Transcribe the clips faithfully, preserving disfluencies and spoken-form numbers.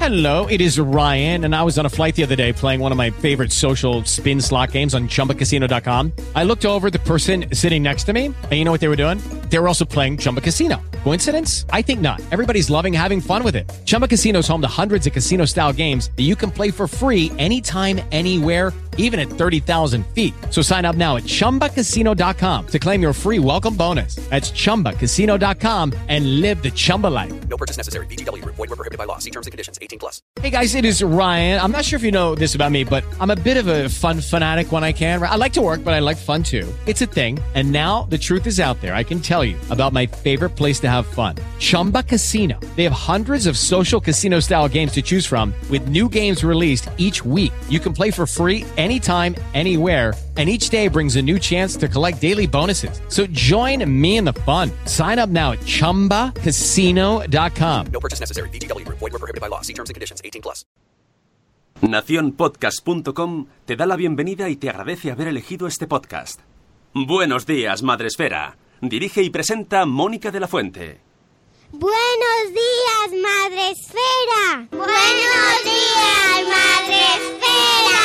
Hello, it is Ryan, and I was on a flight the other day playing one of my favorite social spin slot games on Chumba Casino dot com. I looked over at the person sitting next to me, and you know what they were doing? They were also playing Chumba Casino. Coincidence? I think not. Everybody's loving having fun with it. Chumba Casino is home to hundreds of casino-style games that you can play for free anytime, anywhere, even at thirty thousand feet. So sign up now at Chumba Casino dot com to claim your free welcome bonus. That's Chumba Casino dot com and live the Chumba life. No purchase necessary. V G W. Void where prohibited by law. See terms and conditions. eighteen plus. Hey guys, it is Ryan. I'm not sure if you know this about me, but I'm a bit of a fun fanatic when I can. I like to work, but I like fun too. It's a thing. And now the truth is out there. I can tell you about my favorite place to have fun. Chumba Casino. They have hundreds of social casino style games to choose from with new games released each week. You can play for free anytime, anywhere, and each day brings a new chance to collect daily bonuses. So join me in the fun. Sign up now at Chumba Casino dot com. No purchase necessary. V G W. Void where prohibited by law. See terms and conditions. eighteen plus. Nación Podcast punto com te da la bienvenida y te agradece haber elegido este podcast. Buenos días, Madresfera. Dirige y presenta Mónica de la Fuente. Buenos días, Madresfera. Buenos días, Madresfera.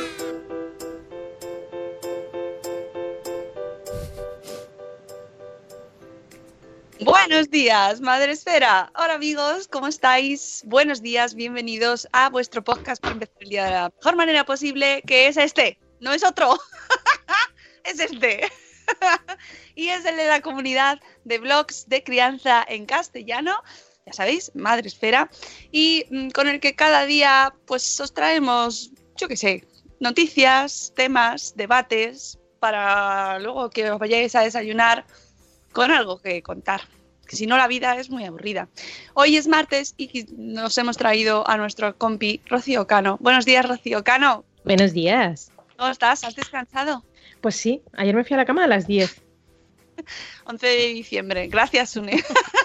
Buenos días, Madresfera. Hola amigos, ¿cómo estáis? Buenos días, bienvenidos a vuestro podcast para empezar el día de la mejor manera posible, que es este, no es otro, es este. Y es el de la comunidad de blogs de crianza en castellano, ya sabéis, Madresfera, y mm, con el que cada día pues os traemos, yo qué sé, noticias, temas, debates, para luego que os vayáis a desayunar con algo que contar, que si no la vida es muy aburrida. Hoy es martes y nos hemos traído a nuestro compi Rocío Cano. Buenos días, Rocío Cano. Buenos días. ¿Cómo estás? ¿Has descansado? Pues sí, ayer me fui a la cama a las diez. once de diciembre. Gracias, Sune.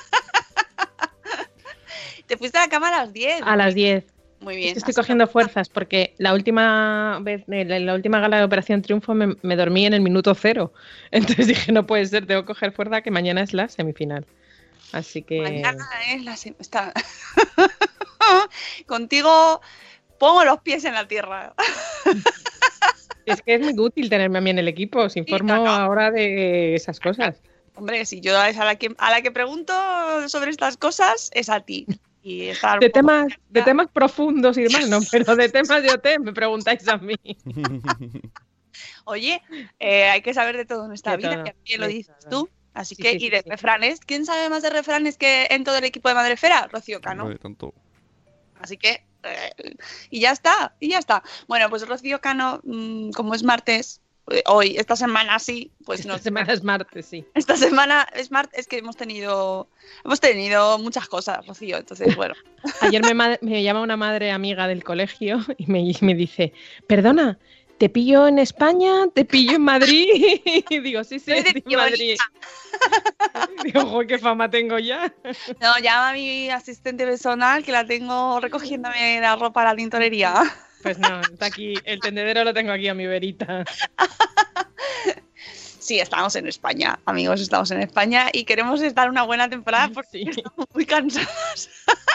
¿Te fuiste a la cama a las diez? A las diez. Muy bien. Es que estoy cogiendo fuerzas porque la última vez, en la última gala de Operación Triunfo me, me dormí en el minuto cero. Entonces dije, no puede ser, tengo que coger fuerza que mañana es la semifinal. Así que... Mañana es la semifinal. Contigo pongo los pies en la tierra. Es que es muy útil tenerme a mí en el equipo, os informo sí, no, no. ahora de esas cosas. Hombre, si yo a la que, a la que pregunto sobre estas cosas es a ti. Y estar de, temas, de temas profundos y demás, no, pero de temas de O T me preguntáis a mí. Oye, eh, hay que saber de todo en esta de vida, todo, que bien lo dices todo. tú. Así sí, que, sí, y sí, de sí. refranes, ¿quién sabe más de refranes que en todo el equipo de Madresfera? Rocío Cano. No de tanto. Así que, eh, y ya está, y ya está. Bueno, pues Rocío Cano, mmm, como es martes, hoy, esta semana sí, pues esta no. semana es martes, sí. Esta semana es martes, es que hemos tenido, hemos tenido muchas cosas, Rocío, entonces, bueno. Ayer me, ma- me llama una madre amiga del colegio y me, y me dice, perdona, ¿te pillo en España? ¿Te pillo en Madrid? Y digo, sí, sí, estoy en Madrid. Digo, ojo, qué fama tengo ya. No, llama a mi asistente personal que la tengo recogiéndome la ropa a la tintorería. Pues no, está aquí, el tendedero lo tengo aquí a mi verita. Sí, estamos en España, amigos, estamos en España y queremos estar una buena temporada porque sí. estamos muy cansados.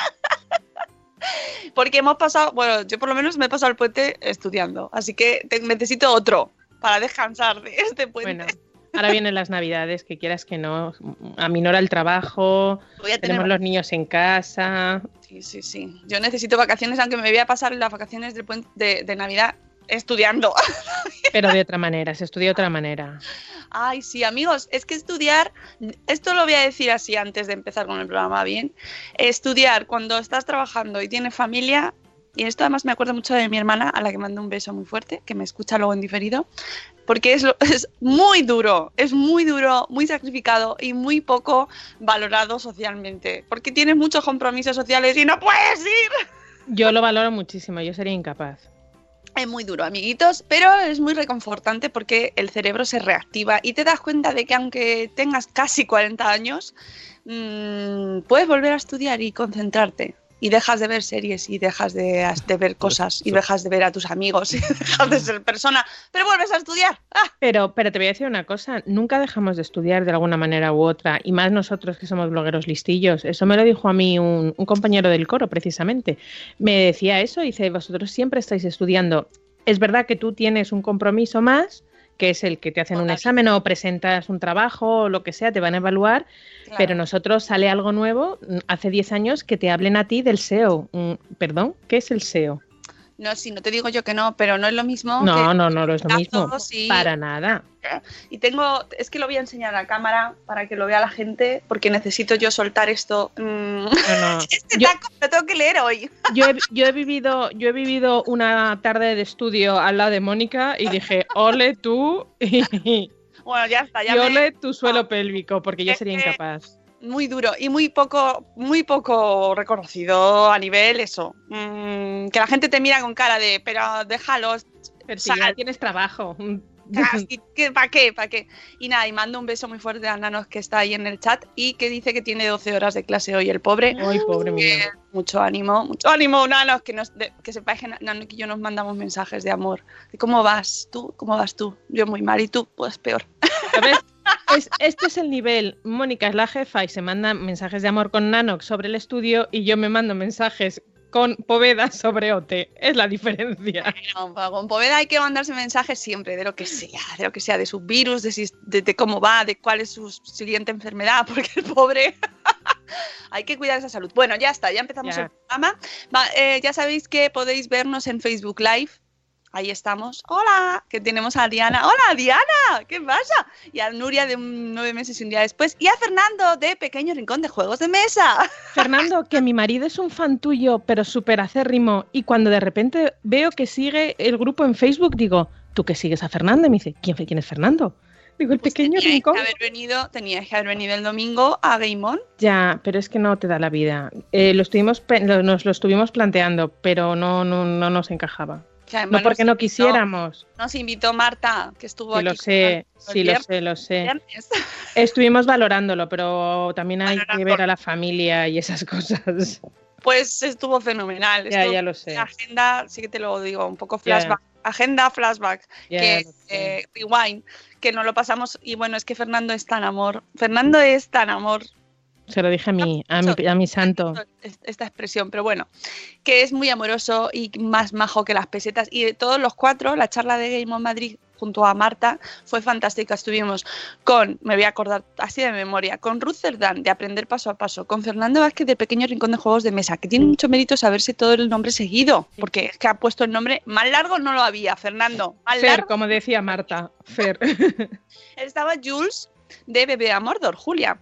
Porque hemos pasado, bueno, yo por lo menos me he pasado el puente estudiando, así que te, necesito otro para descansar de este puente. Bueno, ahora vienen las Navidades, que quieras que no, aminora el trabajo, Voy a tener... tenemos los niños en casa. Sí, sí, sí. Yo necesito vacaciones, aunque me voy a pasar las vacaciones del puente de, de Navidad estudiando. Pero de otra manera, se estudia de otra manera. Ay, sí, amigos, es que estudiar, esto lo voy a decir así antes de empezar con el programa, bien. Estudiar cuando estás trabajando y tienes familia, y esto además me acuerdo mucho de mi hermana, a la que mando un beso muy fuerte, que me escucha luego en diferido, porque es, lo, es muy duro, es muy duro, muy sacrificado y muy poco valorado socialmente, porque tienes muchos compromisos sociales y no puedes ir. Yo lo valoro muchísimo, yo sería incapaz. Es muy duro, amiguitos, pero es muy reconfortante porque el cerebro se reactiva y te das cuenta de que aunque tengas casi cuarenta años, mmm, puedes volver a estudiar y concentrarte. y dejas de ver series y dejas de, de ver cosas y dejas de ver a tus amigos y dejas de ser persona, pero vuelves a estudiar. ¡Ah! Pero, pero te voy a decir una cosa, nunca dejamos de estudiar de alguna manera u otra, y más nosotros que somos blogueros listillos. Eso me lo dijo a mí un, un compañero del coro, precisamente. Me decía eso, dice, vosotros siempre estáis estudiando. Es verdad que tú tienes un compromiso más, que es el que te hacen un examen o presentas un trabajo o lo que sea, te van a evaluar, claro. Pero nosotros sale algo nuevo, hace diez años, que te hablen a ti del S E O. Perdón, ¿qué es el S E O? No, sí, no te digo yo que no, pero no es lo mismo. No, que no, no, no es lo mismo. Y... Para nada. Y tengo, es que lo voy a enseñar a cámara para que lo vea la gente, porque necesito yo soltar esto. Mm. No, no. Este yo, taco lo tengo que leer hoy. Yo he, yo he vivido, yo he vivido una tarde de estudio al lado de Mónica y dije, ole tú y, bueno, ya está, ya y ole me... tu suelo no. pélvico, porque yo sería incapaz. Muy duro y muy poco, muy poco reconocido a nivel eso. Mm, que la gente te mira con cara de, pero déjalos. Pero si ya tienes trabajo. ¿Para qué? ¿Para qué? Y nada, y mando un beso muy fuerte a Nanos, que está ahí en el chat y que dice que tiene doce horas de clase hoy el pobre. Ay, pobre mío. Eh, mucho ánimo, mucho ánimo, Nanos, que, nos, de, que sepáis que Nanos y yo nos mandamos mensajes de amor. De ¿cómo vas tú? ¿Cómo vas tú? Yo muy mal y tú, pues peor. ¿Sabes? Es, este es el nivel. Mónica es la jefa y se manda mensajes de amor con Nanox sobre el estudio y yo me mando mensajes con Poveda sobre O T. Es la diferencia. No, con Poveda hay que mandarse mensajes siempre, de lo que sea, de lo que sea, de sus virus, de, de, de cómo va, de cuál es su siguiente enfermedad, porque el pobre... hay que cuidar esa salud. Bueno, ya está, ya empezamos ya. el programa. Va, eh, ya sabéis que podéis vernos en Facebook Live. Ahí estamos. Hola, que tenemos a Diana. Hola, Diana, ¿qué pasa? Y a Nuria de un nueve meses y un día después. Y a Fernando de Pequeño Rincón de Juegos de Mesa. Fernando, que mi marido es un fan tuyo, pero súper acérrimo. Y cuando de repente veo que sigue el grupo en Facebook, digo, ¿tú que sigues a Fernando? Y me dice, ¿quién, quién es Fernando? Digo, el pues Pequeño teníais Rincón. Que haber venido, teníais que haber venido el domingo a Game On. Ya, pero es que no te da la vida. Eh, lo estuvimos, nos lo estuvimos planteando, pero no, no, no nos encajaba. O sea, no porque no quisiéramos. Nos invitó Marta, que estuvo sí, aquí. Lo sé, sí, lo sé, lo sé. Estuvimos valorándolo, pero también hay que ver a la familia y esas cosas. Pues estuvo fenomenal. Ya, estuvo ya lo sé. La agenda, sí que te lo digo, un poco flashback. Yeah. Agenda flashback, yeah, que eh, rewind, que nos lo pasamos. Y bueno, es que Fernando es tan amor. Fernando es tan amor. Se lo dije a mi, a mi, a mi santo. Esta expresión, pero bueno, que es muy amoroso y más majo que las pesetas. Y de todos los cuatro, la charla de Game On Madrid junto a Marta fue fantástica. Estuvimos con, me voy a acordar así de memoria, con Ruth Cerdán, de Aprender Paso a Paso, con Fernando Vázquez, de Pequeño Rincón de Juegos de Mesa, que tiene mucho mérito saberse todo el nombre seguido, porque es que ha puesto el nombre más largo, no lo había, Fernando. Más Fer, largo. Como decía Marta, Fer. Estaba Jules, de Bebé a Mordor, Julia.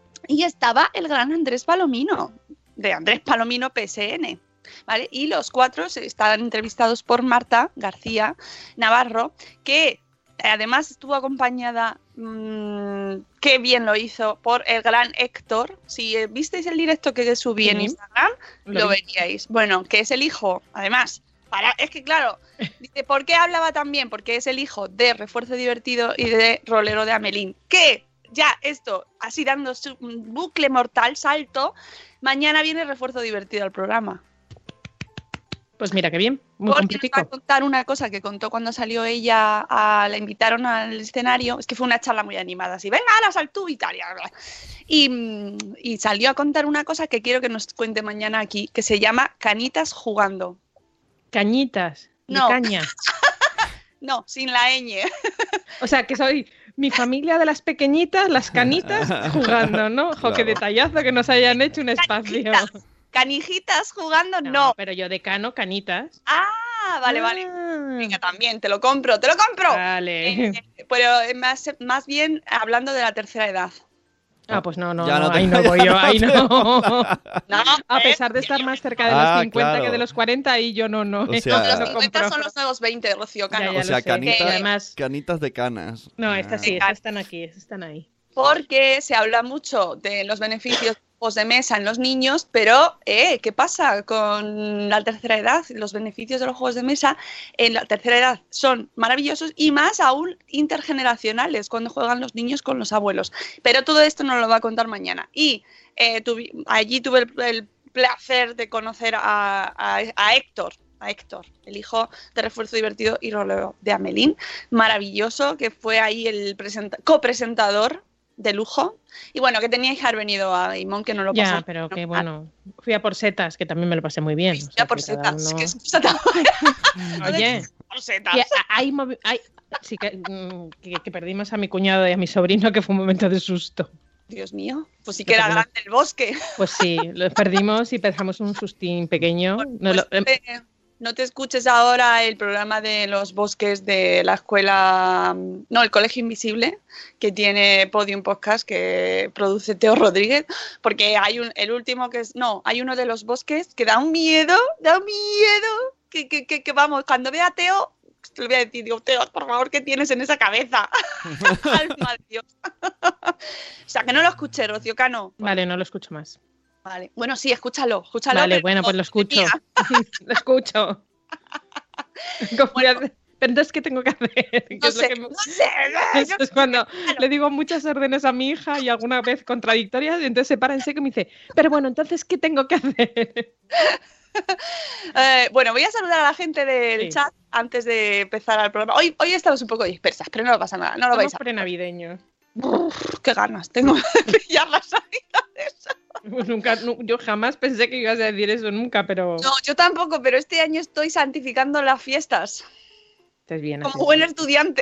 Y estaba el gran Andrés Palomino, de Andrés Palomino P S N, ¿vale? Y los cuatro estaban entrevistados por Marta García Navarro, que además estuvo acompañada, mmm, qué bien lo hizo, por el gran Héctor. Si visteis el directo que subí sí. en Instagram, lo, lo veríais. Bueno, que es el hijo, además... Para, es que claro, dice, ¿por qué hablaba tan bien? Porque es el hijo de Refuerzo Divertido y de Rolero de Amelín. ¿Qué? Ya, esto, así dando su bucle mortal, salto, mañana viene Refuerzo Divertido al programa. Pues mira, qué bien, muy Porque nos va a contar una cosa que contó cuando salió ella, a, la invitaron al escenario, es que fue una charla muy animada, así, venga, ahora sal tú, Italia. Y, y salió a contar una cosa que quiero que nos cuente mañana aquí, que se llama Canitas Jugando. Cañitas, de no. caña. No, sin la ñ. O sea, que soy mi familia de las pequeñitas, las canitas, jugando, ¿no? Ojo, claro. Qué detallazo que nos hayan hecho un espacio. Canijitas, canijitas jugando, no, no. Pero yo de cano, canitas. Ah, vale, ah. vale. Venga, también, te lo compro, te lo compro. Vale. Eh, pero más, más bien hablando de la tercera edad. Ah, pues no, no, ya no, no te, ahí no voy yo, ahí no. no. A pesar de estar más cerca de los ah, cincuenta claro. que de los cuarenta, ahí yo no, no. O sea, no, los cincuenta son los nuevos veinte, Rocío Cano. Ya, ya o sea, canitas, además... canitas de canas. No, estas sí, estas están aquí, estas están ahí. Porque se habla mucho de los beneficios de juegos de mesa en los niños, pero eh, ¿qué pasa con la tercera edad? Los beneficios de los juegos de mesa en la tercera edad son maravillosos y más aún intergeneracionales, cuando juegan los niños con los abuelos. Pero todo esto nos lo va a contar mañana. Y eh, tuvi, allí tuve el, el placer de conocer a, a, a Héctor. A Héctor, el hijo de Refuerzo Divertido y Roleo de Amelín, maravilloso, que fue ahí el presenta- copresentador de lujo. Y bueno, que teníais que haber venido a Imón, que no lo pasó. Ya, pero que bueno, fui a por setas, que también me lo pasé muy bien. Fui o sea, a por que cada setas, uno- que es seta- Oye, por setas. que hay, movi- hay- sí que, mm, que, que perdimos a mi cuñado y a mi sobrino, que fue un momento de susto. Dios mío, pues sí Lo que era perdimos. grande el bosque. Pues sí, los perdimos y pegamos un sustín pequeño. No Pues lo- em, te- no te escuches ahora el programa de los bosques de la escuela, no, el Colegio Invisible, que tiene Podium Podcast, que produce Teo Rodríguez, porque hay un, el último que es, no, hay uno de los bosques que da un miedo, da un miedo, que, que, que, que vamos, cuando vea a Teo, te lo voy a decir, digo, Teo, por favor, ¿qué tienes en esa cabeza? Alma de Dios. O sea, que no lo escuché, Rocío Cano. Vale, no lo escucho más. Vale. Bueno, sí, escúchalo, escúchalo. Vale, pero bueno, pues lo escucho. mía. Lo escucho. ¿Cómo voy a hacer? Pero entonces, ¿qué tengo que hacer? ¿Qué No es lo sé, que me- no sé. Eso es cuando le digo muchas órdenes a mi hija y alguna vez contradictorias, y entonces se para en seco y me dice, pero bueno, entonces, ¿qué tengo que hacer? Eh, bueno, voy a saludar a la gente del Sí. chat antes de empezar el programa. Hoy, hoy estamos un poco dispersas, pero no pasa nada, no lo Somos vais a prenavideños. Uf, qué ganas tengo de pillar la salida de eso. Nunca, nu- yo jamás pensé que ibas a decir eso nunca, pero No, yo tampoco, pero este año estoy santificando las fiestas. estás bien. Como así. buen estudiante.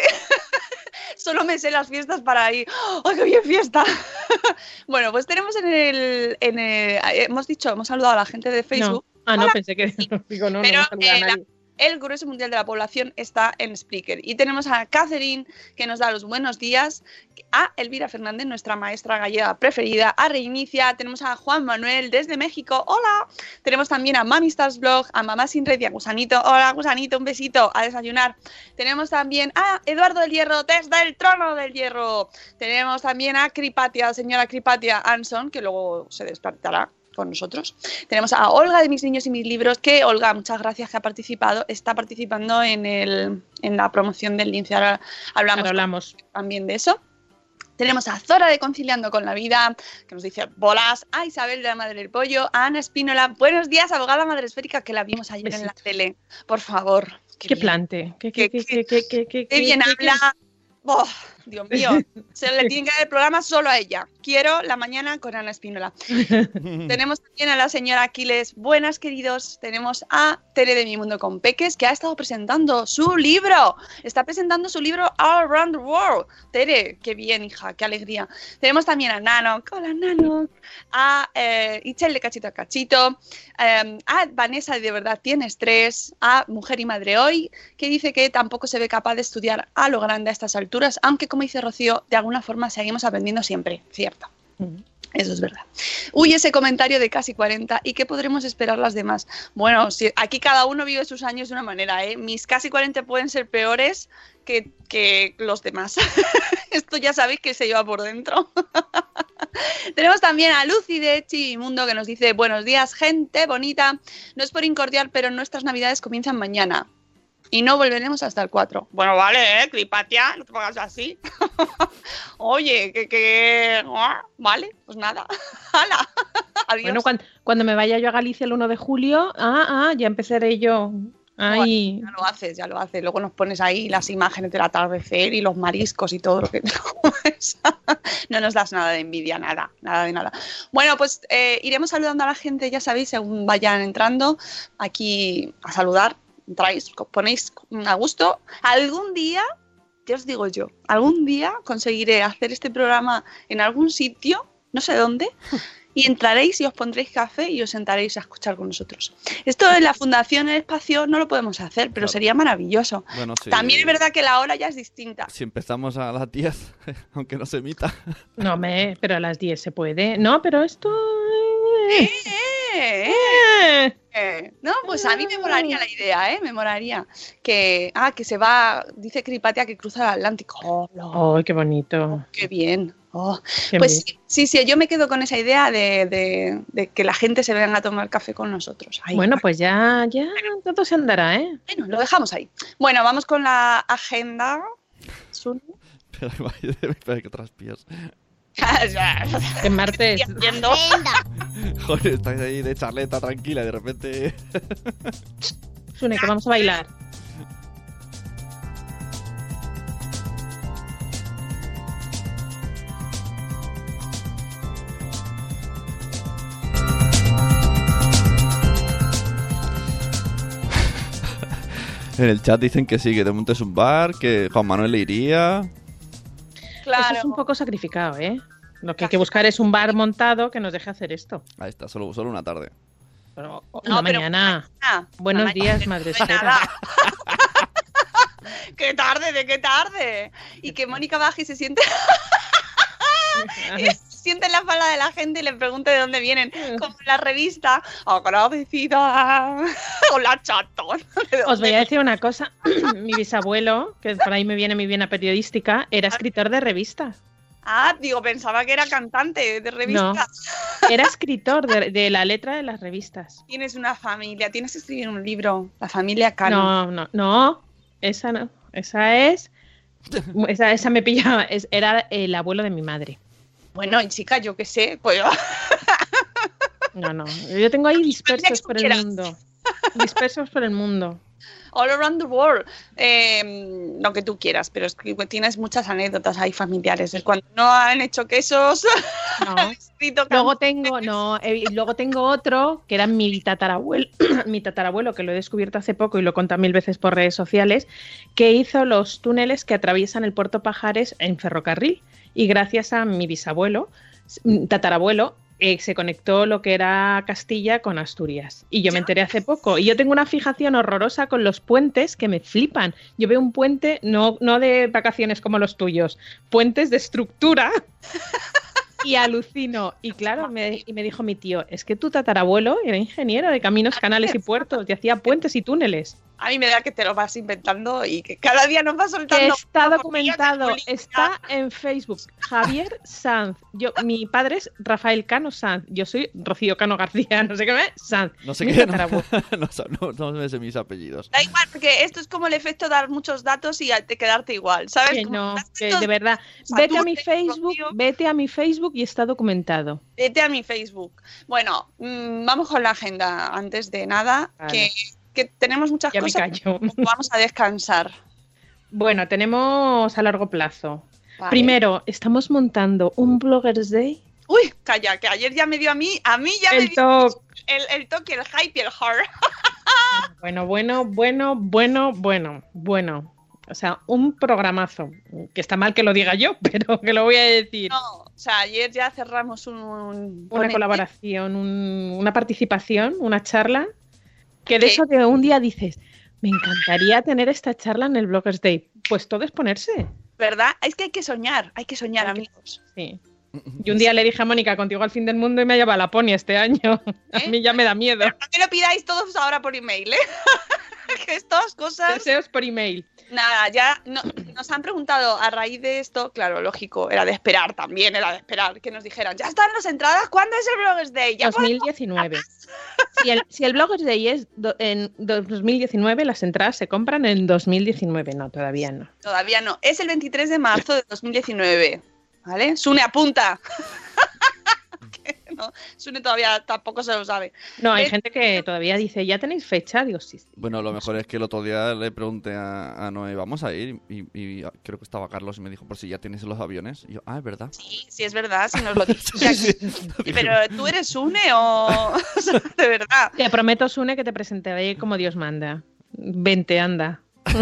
Solo me sé las fiestas para ir. ¡Ay, qué bien fiesta! Bueno, pues tenemos en el, en el- Hemos dicho, hemos saludado a la gente de Facebook. No. Ah, no, Hola. pensé que digo, no, Pero, no, no saluda a eh, la- nadie. El grueso mundial de la población está en Spreaker. Y tenemos a Catherine, que nos da los buenos días, a Elvira Fernández, nuestra maestra gallega preferida, a Reinicia, tenemos a Juan Manuel desde México, hola. Tenemos también a Mami Stars Blog, a Mamá Sin Red y a Gusanito, hola Gusanito, un besito, a desayunar. Tenemos también a Eduardo del Hierro, desde el trono del Hierro. Tenemos también a Cripatia, señora Cripatia Anson, que luego se despertará con nosotros. Tenemos a Olga de Mis Niños y Mis Libros, que Olga, muchas gracias, que ha participado, está participando en, el, en la promoción del Lince. Ahora hablamos, Ahora hablamos. también de eso. Tenemos a Zora de Conciliando con la Vida, que nos dice bolas, a Isabel de la Madre del Pollo, a Ana Espínola, buenos días, abogada madresférica, que la vimos ayer en la Besitos. tele. Por favor. Qué, bien. plante. Qué, Qué- qué, qué, qué, qué, qué, Qué bien qué- qué- habla. Oh, Dios mío, se le tiene que dar el programa solo a ella. Quiero la mañana con Ana Espínola. Tenemos también a la señora Aquiles. Buenas, queridos. Tenemos a Tere de Mi Mundo con Peques, que ha estado presentando su libro. Está presentando su libro All Around the World. Tere, qué bien, hija, qué alegría. Tenemos también a Nano. Hola, Nano. A eh, Itzel de Cachito a Cachito. eh, a Vanessa de De Verdad Tiene Estrés. A Mujer y Madre Hoy, que dice que tampoco se ve capaz de estudiar a lo grande a estas alturas, aunque, como dice Rocío, de alguna forma seguimos aprendiendo siempre. Cierto. Ujú. Eso es verdad. Uy, ese comentario de casi cuarenta. ¿Y qué podremos esperar las demás? Bueno, si aquí cada uno vive sus años de una manera, ¿eh? Mis casi cuarenta pueden ser peores que, que los demás. Esto ya sabéis que se lleva por dentro. Tenemos también a Lucy de Chivimundo, que nos dice: buenos días, gente bonita. No es por incordiar, pero nuestras navidades comienzan mañana. Y no volveremos hasta el cuatro. Bueno, vale, ¿eh? Clipatia, no te pongas así. Oye, que, que... Vale, pues nada. ¡Hala! Adiós. Bueno, cuando, cuando me vaya yo a Galicia el uno de julio, ah, ah, ya empezaré yo. Ay, Ya lo haces, ya lo haces. Luego nos pones ahí las imágenes del atardecer y los mariscos y todo lo que te comes. No nos das nada de envidia, nada, nada de nada. Bueno, pues eh, iremos saludando a la gente, ya sabéis, según vayan entrando aquí a saludar. Entráis, os ponéis a gusto. Algún día, ya os digo yo, algún día conseguiré hacer este programa en algún sitio, no sé dónde, y entraréis y os pondréis café y os sentaréis a escuchar con nosotros. Esto en la Fundación El Espacio no lo podemos hacer, pero Claro. sería maravilloso. Bueno, sí. También es verdad que la hora ya es distinta. Si empezamos a las diez, aunque no se emita. no me, pero a las diez se puede. No, pero esto. eh, Eh, eh. eh. No, pues a mí me molaría la idea, ¿eh? Me molaría. Que, ah, que se va, dice Cripatia que cruza el Atlántico. Oh, no, Ay, qué bonito. qué bien. Oh. Qué Pues bien. sí, sí, yo me quedo con esa idea de, de- de que la gente se venga a tomar café con nosotros. Ay, Bueno, pues ya, ya todo se andará, ¿eh? bueno, lo dejamos ahí. Bueno, vamos con la agenda. Sun. Espera, espera que transpiras. Que martes. Entiendo. Agenda. Joder, estáis ahí de charleta tranquila y de repente... Sune, que vamos a bailar. En el chat dicen que sí, que te montes un bar, que Juan Manuel le iría... Claro. Eso es un poco sacrificado, ¿eh? Lo que hay que buscar es un bar montado que nos deje hacer esto. Ahí está, solo, solo una tarde. Pero No, una pero mañana. mañana. Buenos Una días, mañana, madre no hay esfera. nada. ¡Qué tarde, de qué tarde! Y que Mónica baje y se siente... se siente en la falda de la gente y le pregunte de dónde vienen. Como en la revista. Agradecida. Hola, chatón. Os voy a decir una cosa. Mi bisabuelo, que por ahí me viene mi vena periodística, era escritor de revistas. Ah, digo, pensaba que era cantante de revistas. No, era escritor de, de la letra de las revistas. Tienes una familia, tienes que escribir un libro. La familia Cano. No, no, no. Esa no. Esa es... Esa, esa me pillaba. Es, era el abuelo de mi madre. Bueno, y chica, yo qué sé, pues... No, no. Yo tengo ahí dispersos por el quieras. mundo. Dispersos por el mundo. All around the world. Eh, lo que tú quieras, pero es que tienes muchas anécdotas ahí familiares. Es cuando no han hecho quesos, No. han escrito Luego canciones. tengo, no, eh, y luego tengo otro que era mi tatarabuelo, mi tatarabuelo, que lo he descubierto hace poco y lo he contado mil veces por redes sociales, que hizo los túneles que atraviesan el Puerto Pajares en ferrocarril. Y gracias a mi bisabuelo, tatarabuelo, eh, se conectó lo que era Castilla con Asturias. Y yo me enteré hace poco. Y yo tengo una fijación horrorosa con los puentes que me flipan. Yo veo un puente, no, no de vacaciones como los tuyos, puentes de estructura. Y alucino. Y claro, me, y me dijo mi tío, es que tu tatarabuelo era ingeniero de caminos, canales y puertos y hacía puentes y túneles. A mí me da que te lo vas inventando y que cada día nos vas Que soltando. está una documentado, bolilla. está en Facebook. Javier Sanz. Yo, mi padre es Rafael Cano Sanz. Yo soy Rocío Cano García, no sé qué me Sanz. No sé Mi qué, no, tatarabuelo. no, no, no me sé mis apellidos. Da igual, porque esto es como el efecto de dar muchos datos y te quedarte igual, ¿sabes? Que Como no, das que estos de verdad. datos, Vete a mi Saturno, Facebook, Rocío, vete a mi Facebook y está documentado. Vete a mi Facebook. Bueno, mmm, vamos con la agenda antes de nada, Vale. que, que tenemos muchas Ya me cosas. callo. Vamos a descansar. Bueno, tenemos a largo plazo. Vale. Primero, estamos montando un Bloggers Day. Uy, calla, que ayer ya me dio a mí, a mí ya me El dio talk. el, el toque, el hype y el heart. Bueno, bueno, bueno, bueno, bueno, bueno. O sea, un programazo. Que está mal que lo diga yo, pero que lo voy a decir. No, o sea, ayer ya cerramos un... un Una ponente. colaboración, un- una participación, una charla. Que de Sí. eso de un día dices, me encantaría tener esta charla en el Bloggers Day. Pues todo es ponerse. ¿Verdad? Es que hay que soñar, hay que soñar, Hay que- amigos. Sí. Y un día le dije a Mónica, contigo al fin del mundo y me ha llevado a Laponia este año. A ¿Eh? mí ya me da miedo. Pero no me lo pidáis todos ahora por email, ¿eh? Que estas cosas... Deseos por email. Nada, ya no- nos han preguntado a raíz de esto, claro, lógico, era de esperar también, era de esperar que nos dijeran, ya están las entradas, ¿cuándo es el Bloggers Day? Ya dos mil diecinueve. Si el, si el Bloggers Day es do- en dos mil diecinueve, las entradas se compran en dos mil diecinueve. No, todavía no. Todavía no, es el veintitrés de marzo de dos mil diecinueve, ¿vale? Sune, apunta. Que no, Sune todavía tampoco se lo sabe. No, hay Eh, gente que todavía dice, ¿ya tenéis fecha? Digo, sí. sí. Bueno, lo mejor es que el otro día le pregunté a, a Noé, ¿vamos a ir? Y, y creo que estaba Carlos y me dijo, por si ya tienes los aviones. Y yo, ah, es verdad. Sí, sí es verdad, si nos lo dices. Sí, sí. Pero ¿tú eres Sune o...? O sea, de verdad. Te prometo, Sune, que te presentaré como Dios manda. Vente, anda.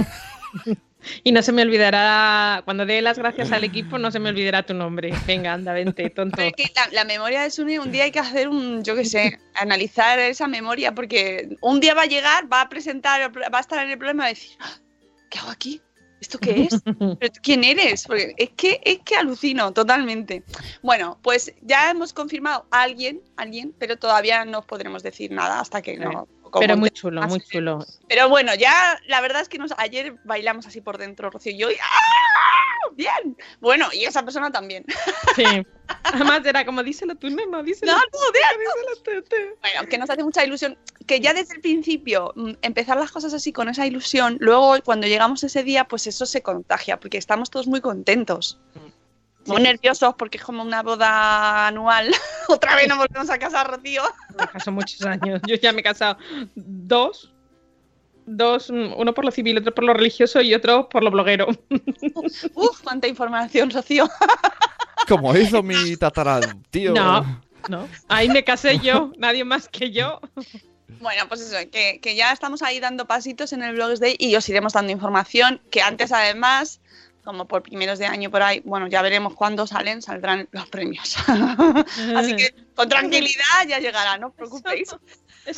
Y no se me olvidará, cuando dé las gracias al equipo, no se me olvidará tu nombre. Venga, anda, vente, tonto. Pero es que la, la memoria de Sune, un día hay que hacer un, yo qué sé, analizar esa memoria, porque un día va a llegar, va a presentar, el pro- va a estar en el problema de decir, "Ah, ¿qué hago aquí? ¿Esto qué es? ¿Pero tú quién eres?" Porque es que, es que alucino totalmente. Bueno, pues ya hemos confirmado a alguien, alguien, pero todavía no podremos decir nada hasta que no. Pero como muy te- chulo, más- muy chulo. Pero bueno, ya la verdad es que nos, ayer bailamos así por dentro, Rocío y yo, y ¡ah! Bien. Bueno, y esa persona también. Sí. Además era como, díselo tú, nena, díselo No, tú, no, díselo tú, tú. Bueno, que nos hace mucha ilusión, que ya desde el principio mm, empezar las cosas así con esa ilusión, luego cuando llegamos ese día, pues eso se contagia, porque estamos todos muy contentos. Muy sí, nerviosos porque es como una boda anual. Otra vez nos volvemos a casar, Rocío. Me casó muchos años. Yo ya me he casado dos. Dos, uno por lo civil, otro por lo religioso y otro por lo bloguero. Uf, cuánta información, Rocío. Como hizo mi tataratío. No, no. Ahí me casé yo, nadie más que yo. Bueno, pues eso, que, que ya estamos ahí dando pasitos en el Blogs Day y os iremos dando información que antes además, como por primeros de año por ahí, bueno, ya veremos cuándo salen, saldrán los premios. Así que con tranquilidad ya llegará, no os preocupéis. Eso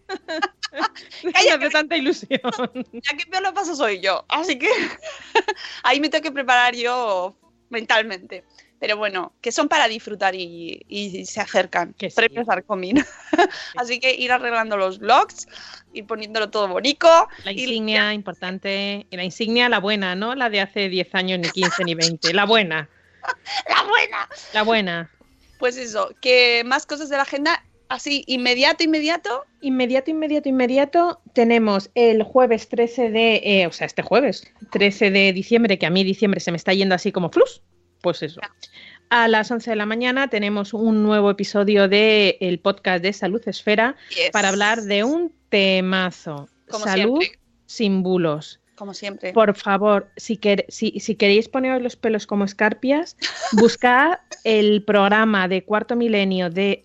me hace tanta ilusión. Ya que peor lo paso soy yo, así que ahí me tengo que preparar yo mentalmente. Pero bueno, que son para disfrutar y, y se acercan. Que sí. Premios Arcomin. Así que ir arreglando los blogs, ir poniéndolo todo bonito. La y- insignia, importante. Y la insignia, la buena, ¿no? La de hace diez años, ni quince, ni veinte. La buena. ¡La buena! La buena. Pues eso, que más cosas de la agenda, así, inmediato, inmediato. Inmediato, inmediato, inmediato, tenemos el jueves trece de... eh, o sea, este jueves, trece de diciembre, que a mí diciembre se me está yendo así como flus. Pues eso. A las once de la mañana tenemos un nuevo episodio del podcast de Salud Esfera Yes. para hablar de un temazo. Como Salud siempre. sin bulos. Como siempre. Por favor, si, quer si, si queréis poneros los pelos como escarpias, buscad el programa de Cuarto Milenio de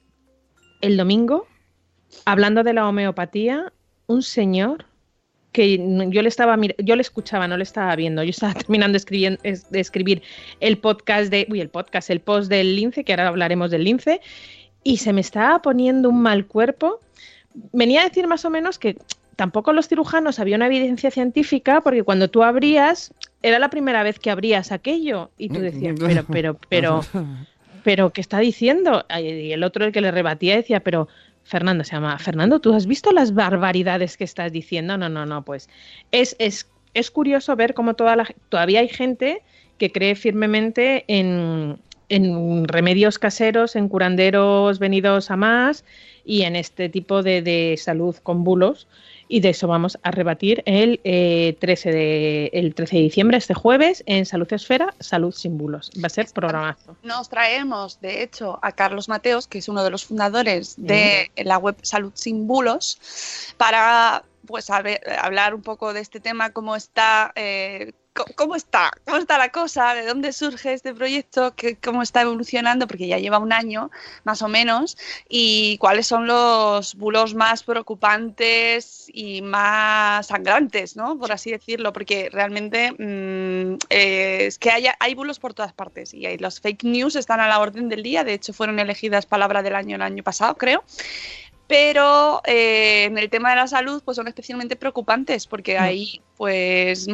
el domingo, hablando de la homeopatía, un señor que yo le estaba mir- yo le escuchaba, no le estaba viendo. Yo estaba terminando escribiendo, es- de escribir el podcast de, uy, el podcast, el post del lince, que ahora hablaremos del lince, y se me estaba poniendo un mal cuerpo. Venía a decir más o menos que tampoco los cirujanos había una evidencia científica, porque cuando tú abrías, era la primera vez que abrías aquello, y tú decías, pero, pero, pero, pero, ¿qué está diciendo? Y el otro, el que le rebatía, decía, pero Fernando, se llama Fernando, ¿tú has visto las barbaridades que estás diciendo? No, no, no, pues es, es, es curioso ver cómo toda la, todavía hay gente que cree firmemente en, en remedios caseros, en curanderos venidos a más y en este tipo de, de salud con bulos. Y de eso vamos a rebatir el, eh, trece de, el trece de diciembre, este jueves, en Salud Esfera, Salud sin bulos. Va a ser programazo. Nos traemos, de hecho, a Carlos Mateos, que es uno de los fundadores de la web Salud sin bulos, para pues a ver, hablar un poco de este tema, cómo está, eh, cómo está, cómo está la cosa, de dónde surge este proyecto, que, cómo está evolucionando, porque ya lleva un año más o menos, y cuáles son los bulos más preocupantes y más sangrantes, ¿no? Por así decirlo, porque realmente mmm, eh, es que hay, hay bulos por todas partes y hay, los fake news están a la orden del día. De hecho, fueron elegidas palabra del año el año pasado, creo. Pero eh, en el tema de la salud pues son especialmente preocupantes porque ahí pues,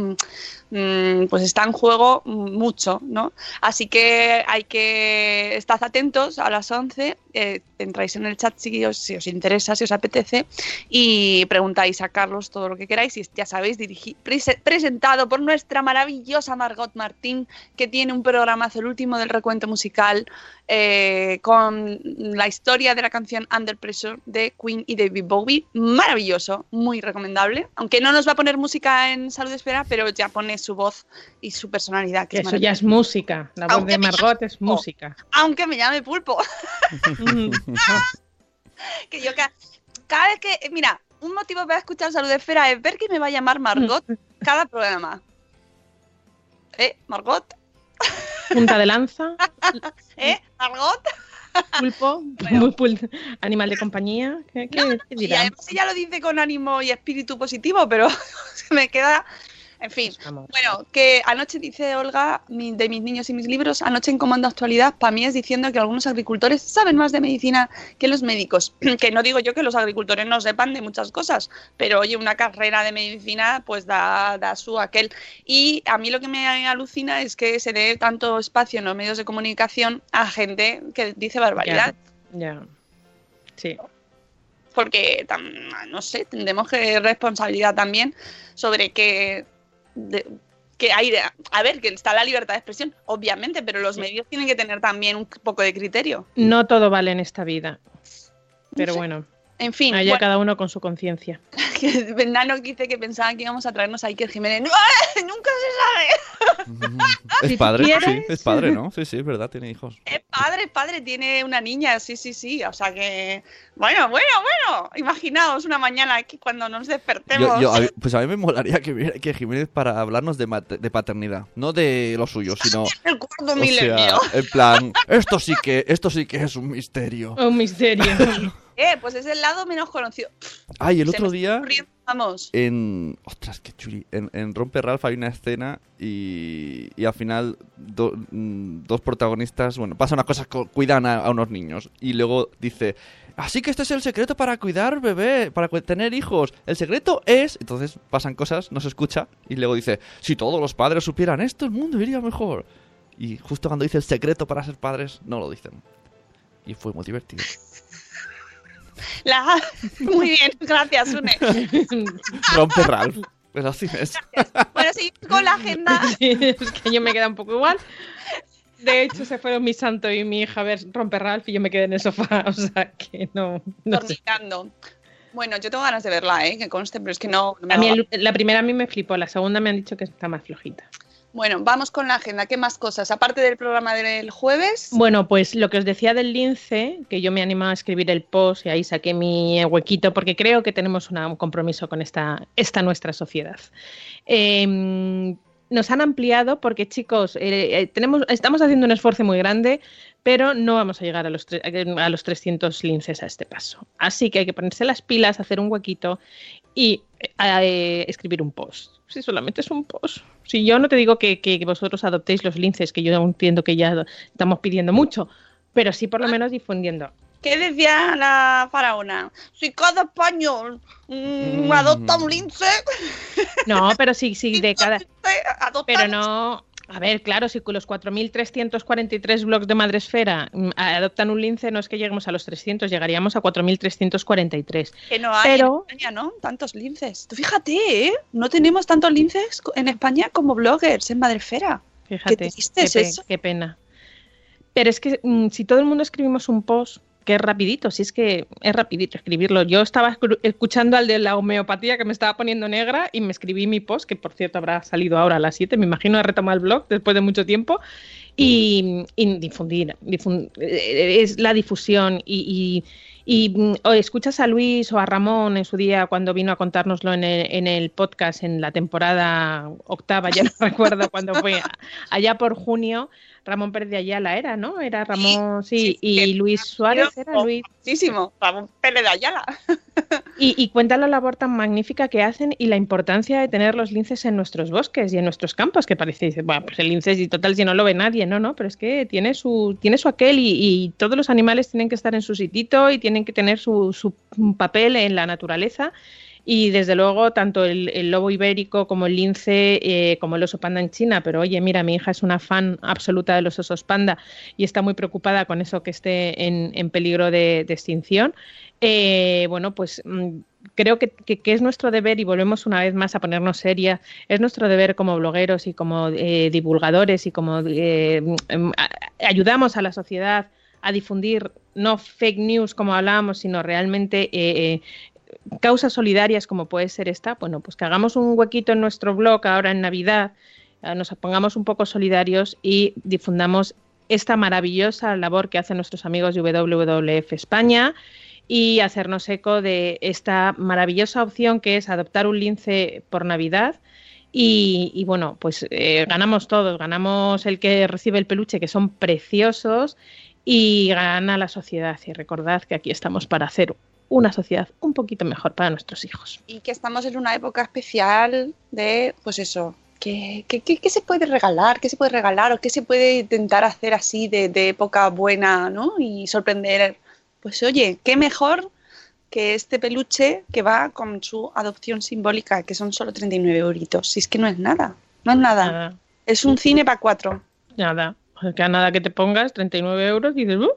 mm, pues está en juego mucho, ¿no? Así que hay que estar atentos a las once, eh, entráis en el chat si os, si os interesa, si os apetece y preguntáis a Carlos todo lo que queráis y ya sabéis, dirigi- prese- presentado por nuestra maravillosa Margot Martín, que tiene un programazo, el último del recuento musical, eh, con la historia de la canción Under Pressure de Queen y David Bowie, maravilloso, muy recomendable, aunque no nos va a poner música en Salud Esfera, pero ya pone su voz y su personalidad, que es Eso ya es música, la voz Aunque de me Margot llame es Pulpo. música. Aunque me llame Pulpo. Que yo ca- cada vez que, mira, un motivo para escuchar Salud Esfera es ver que me va a llamar Margot cada programa. ¿Eh, Margot? Punta de lanza, ¿Eh, Margot? pulpo, Bueno. pul- animal de compañía, ¿qué, qué- No, no, qué y dirán? además ella lo dice con ánimo y espíritu positivo, pero se me queda... En fin, Vamos. bueno, que anoche dice Olga, mi- de mis niños y mis libros, anoche en Comando Actualidad, para mí es diciendo que algunos agricultores saben más de medicina que los médicos. Que no digo yo que los agricultores no sepan de muchas cosas, pero oye, una carrera de medicina pues da, da su aquel. Y a mí lo que me alucina es que se dé tanto espacio en los medios de comunicación a gente que dice barbaridad. Ya, ya. Sí. Porque, tam- no sé, tendremos que responsabilidad también sobre que, de- que hay, de- a ver, que está la libertad de expresión, obviamente, pero los medios tienen que tener también un poco de criterio. No todo vale en esta vida. Pero sé. bueno, En fin, allá bueno, cada uno con su conciencia. que Nano dice que pensaban que íbamos a traernos a Iker Jiménez. ¡No! ¡Nunca se sabe! Es padre, quieres... sí, es padre, ¿no? Sí, sí, es verdad, tiene hijos. Es padre, es padre, tiene una niña, sí, sí, sí. O sea que, bueno, bueno, bueno. Imaginaos una mañana aquí cuando nos despertemos. Yo, yo, a mí- pues a mí me molaría que viniera Iker Jiménez para hablarnos de, mate- de paternidad. No de lo suyo, sino... El cuarto O milenio. sea, en plan, esto sí que, esto sí que es un misterio. Un misterio. Eh, pues es el lado menos conocido. Ay, el Se me otro está día ocurriendo, vamos. en... Ostras, qué chuli. En, en Rompe Ralph hay una escena y, y al final do- mm, dos protagonistas, bueno, pasa una cosa, co- cuidan a, a unos niños y luego dice... Así que este es el secreto para cuidar bebé, para cu- tener hijos. El secreto es... Entonces pasan cosas, no se escucha y luego dice... Si todos los padres supieran esto, el mundo iría mejor. Y justo cuando dice el secreto para ser padres, no lo dicen. Y fue muy divertido. La... Muy bien, gracias, Une. Rompe Ralph. En los cines. Bueno, seguimos con la agenda. Sí, es que yo me queda un poco igual. De hecho, se fueron mi santo y mi hija a ver Romper Ralph y yo me quedé en el sofá. O sea que no, no sé. Dormitando. Bueno, yo tengo ganas de verla, ¿eh? Que conste, pero es que no... no me A mí hago- el- la primera a mí me flipó, la segunda me han dicho que está más flojita. Bueno, vamos con la agenda. ¿Qué más cosas? Aparte del programa del jueves... Bueno, pues lo que os decía del lince, que yo me animaba a escribir el post y ahí saqué mi huequito porque creo que tenemos una- un compromiso con esta, esta nuestra sociedad. Eh, nos han ampliado porque, chicos, eh, eh, tenemos, estamos haciendo un esfuerzo muy grande, pero no vamos a llegar a los, tre- a los trescientos linces a este paso. Así que hay que ponerse las pilas, hacer un huequito y eh, escribir un post. Si solamente es un post. Si yo no te digo que, que vosotros adoptéis los linces, que yo entiendo que ya estamos pidiendo mucho, pero sí por lo menos difundiendo. ¿Qué decía la faraona? Si cada español mm, adopta un lince, No, pero sí, sí, de cada... adopta Pero no... A ver, claro, si con los cuatro mil trescientos cuarenta y tres blogs de Madresfera mm, adoptan un lince, no es que lleguemos a los trescientos, llegaríamos a cuatro mil trescientos cuarenta y tres. que no hay Pero- en España, ¿no? Tantos linces. Tú fíjate, ¿eh? No tenemos tantos linces co- en España como bloggers en Madresfera. Fíjate, Qué triste es pe- eso. qué pena. Pero es que mm, si todo el mundo escribimos un post, que es rapidito, si es que es rapidito escribirlo. Yo estaba escru- escuchando al de la homeopatía que me estaba poniendo negra y me escribí mi post, que por cierto habrá salido ahora a las siete, me imagino a retomar el blog después de mucho tiempo, y, y difundir, difun- eh, es la difusión y... y y mm, o escuchas a Luis o a Ramón en su día cuando vino a contárnoslo en el, en el podcast en la temporada octava, ya no recuerdo cuándo fue, allá por junio. Ramón Pérez de Ayala era, ¿no? Era Ramón, sí, sí, y que- Luis Suárez era Luis. Muchísimo. Ramón Pérez de Ayala. Y, y cuenta la labor tan magnífica que hacen y la importancia de tener los linces en nuestros bosques y en nuestros campos, que parece, dice, bueno, pues el lince y total si no lo ve nadie, no, no, pero es que tiene su, tiene su aquel y, y todos los animales tienen que estar en su sitito y tienen que tener su, su papel en la naturaleza. Y desde luego, tanto el, el lobo ibérico como el lince, eh, como el oso panda en China, pero oye, mira, mi hija es una fan absoluta de los osos panda y está muy preocupada con eso que esté en, en peligro de, de extinción. Eh, bueno, pues mm, creo que, que, que es nuestro deber, y volvemos una vez más a ponernos serias, es nuestro deber como blogueros y como eh, divulgadores y como eh, mm, a, ayudamos a la sociedad a difundir no fake news como hablábamos, sino realmente eh, eh, causas solidarias como puede ser esta, bueno, pues que hagamos un huequito en nuestro blog ahora en Navidad, eh, nos pongamos un poco solidarios y difundamos esta maravillosa labor que hacen nuestros amigos de W W F España y hacernos eco de esta maravillosa opción que es adoptar un lince por Navidad. Y, y bueno, pues eh, ganamos todos, ganamos el que recibe el peluche, que son preciosos, y gana la sociedad. Y recordad que aquí estamos para hacer una sociedad un poquito mejor para nuestros hijos. Y que estamos en una época especial de, pues eso, ¿qué, qué, qué, qué se puede regalar? ¿Qué se puede regalar? ¿O qué se puede intentar hacer así de, de época buena, ¿no? Y sorprender. Pues oye, qué mejor que este peluche que va con su adopción simbólica, que son solo treinta y nueve euritos. Si es que no es nada, no es nada. Nada, Es un cine para cuatro. nada. Que a nada que te pongas, treinta y nueve euros, y dices, ¡uh!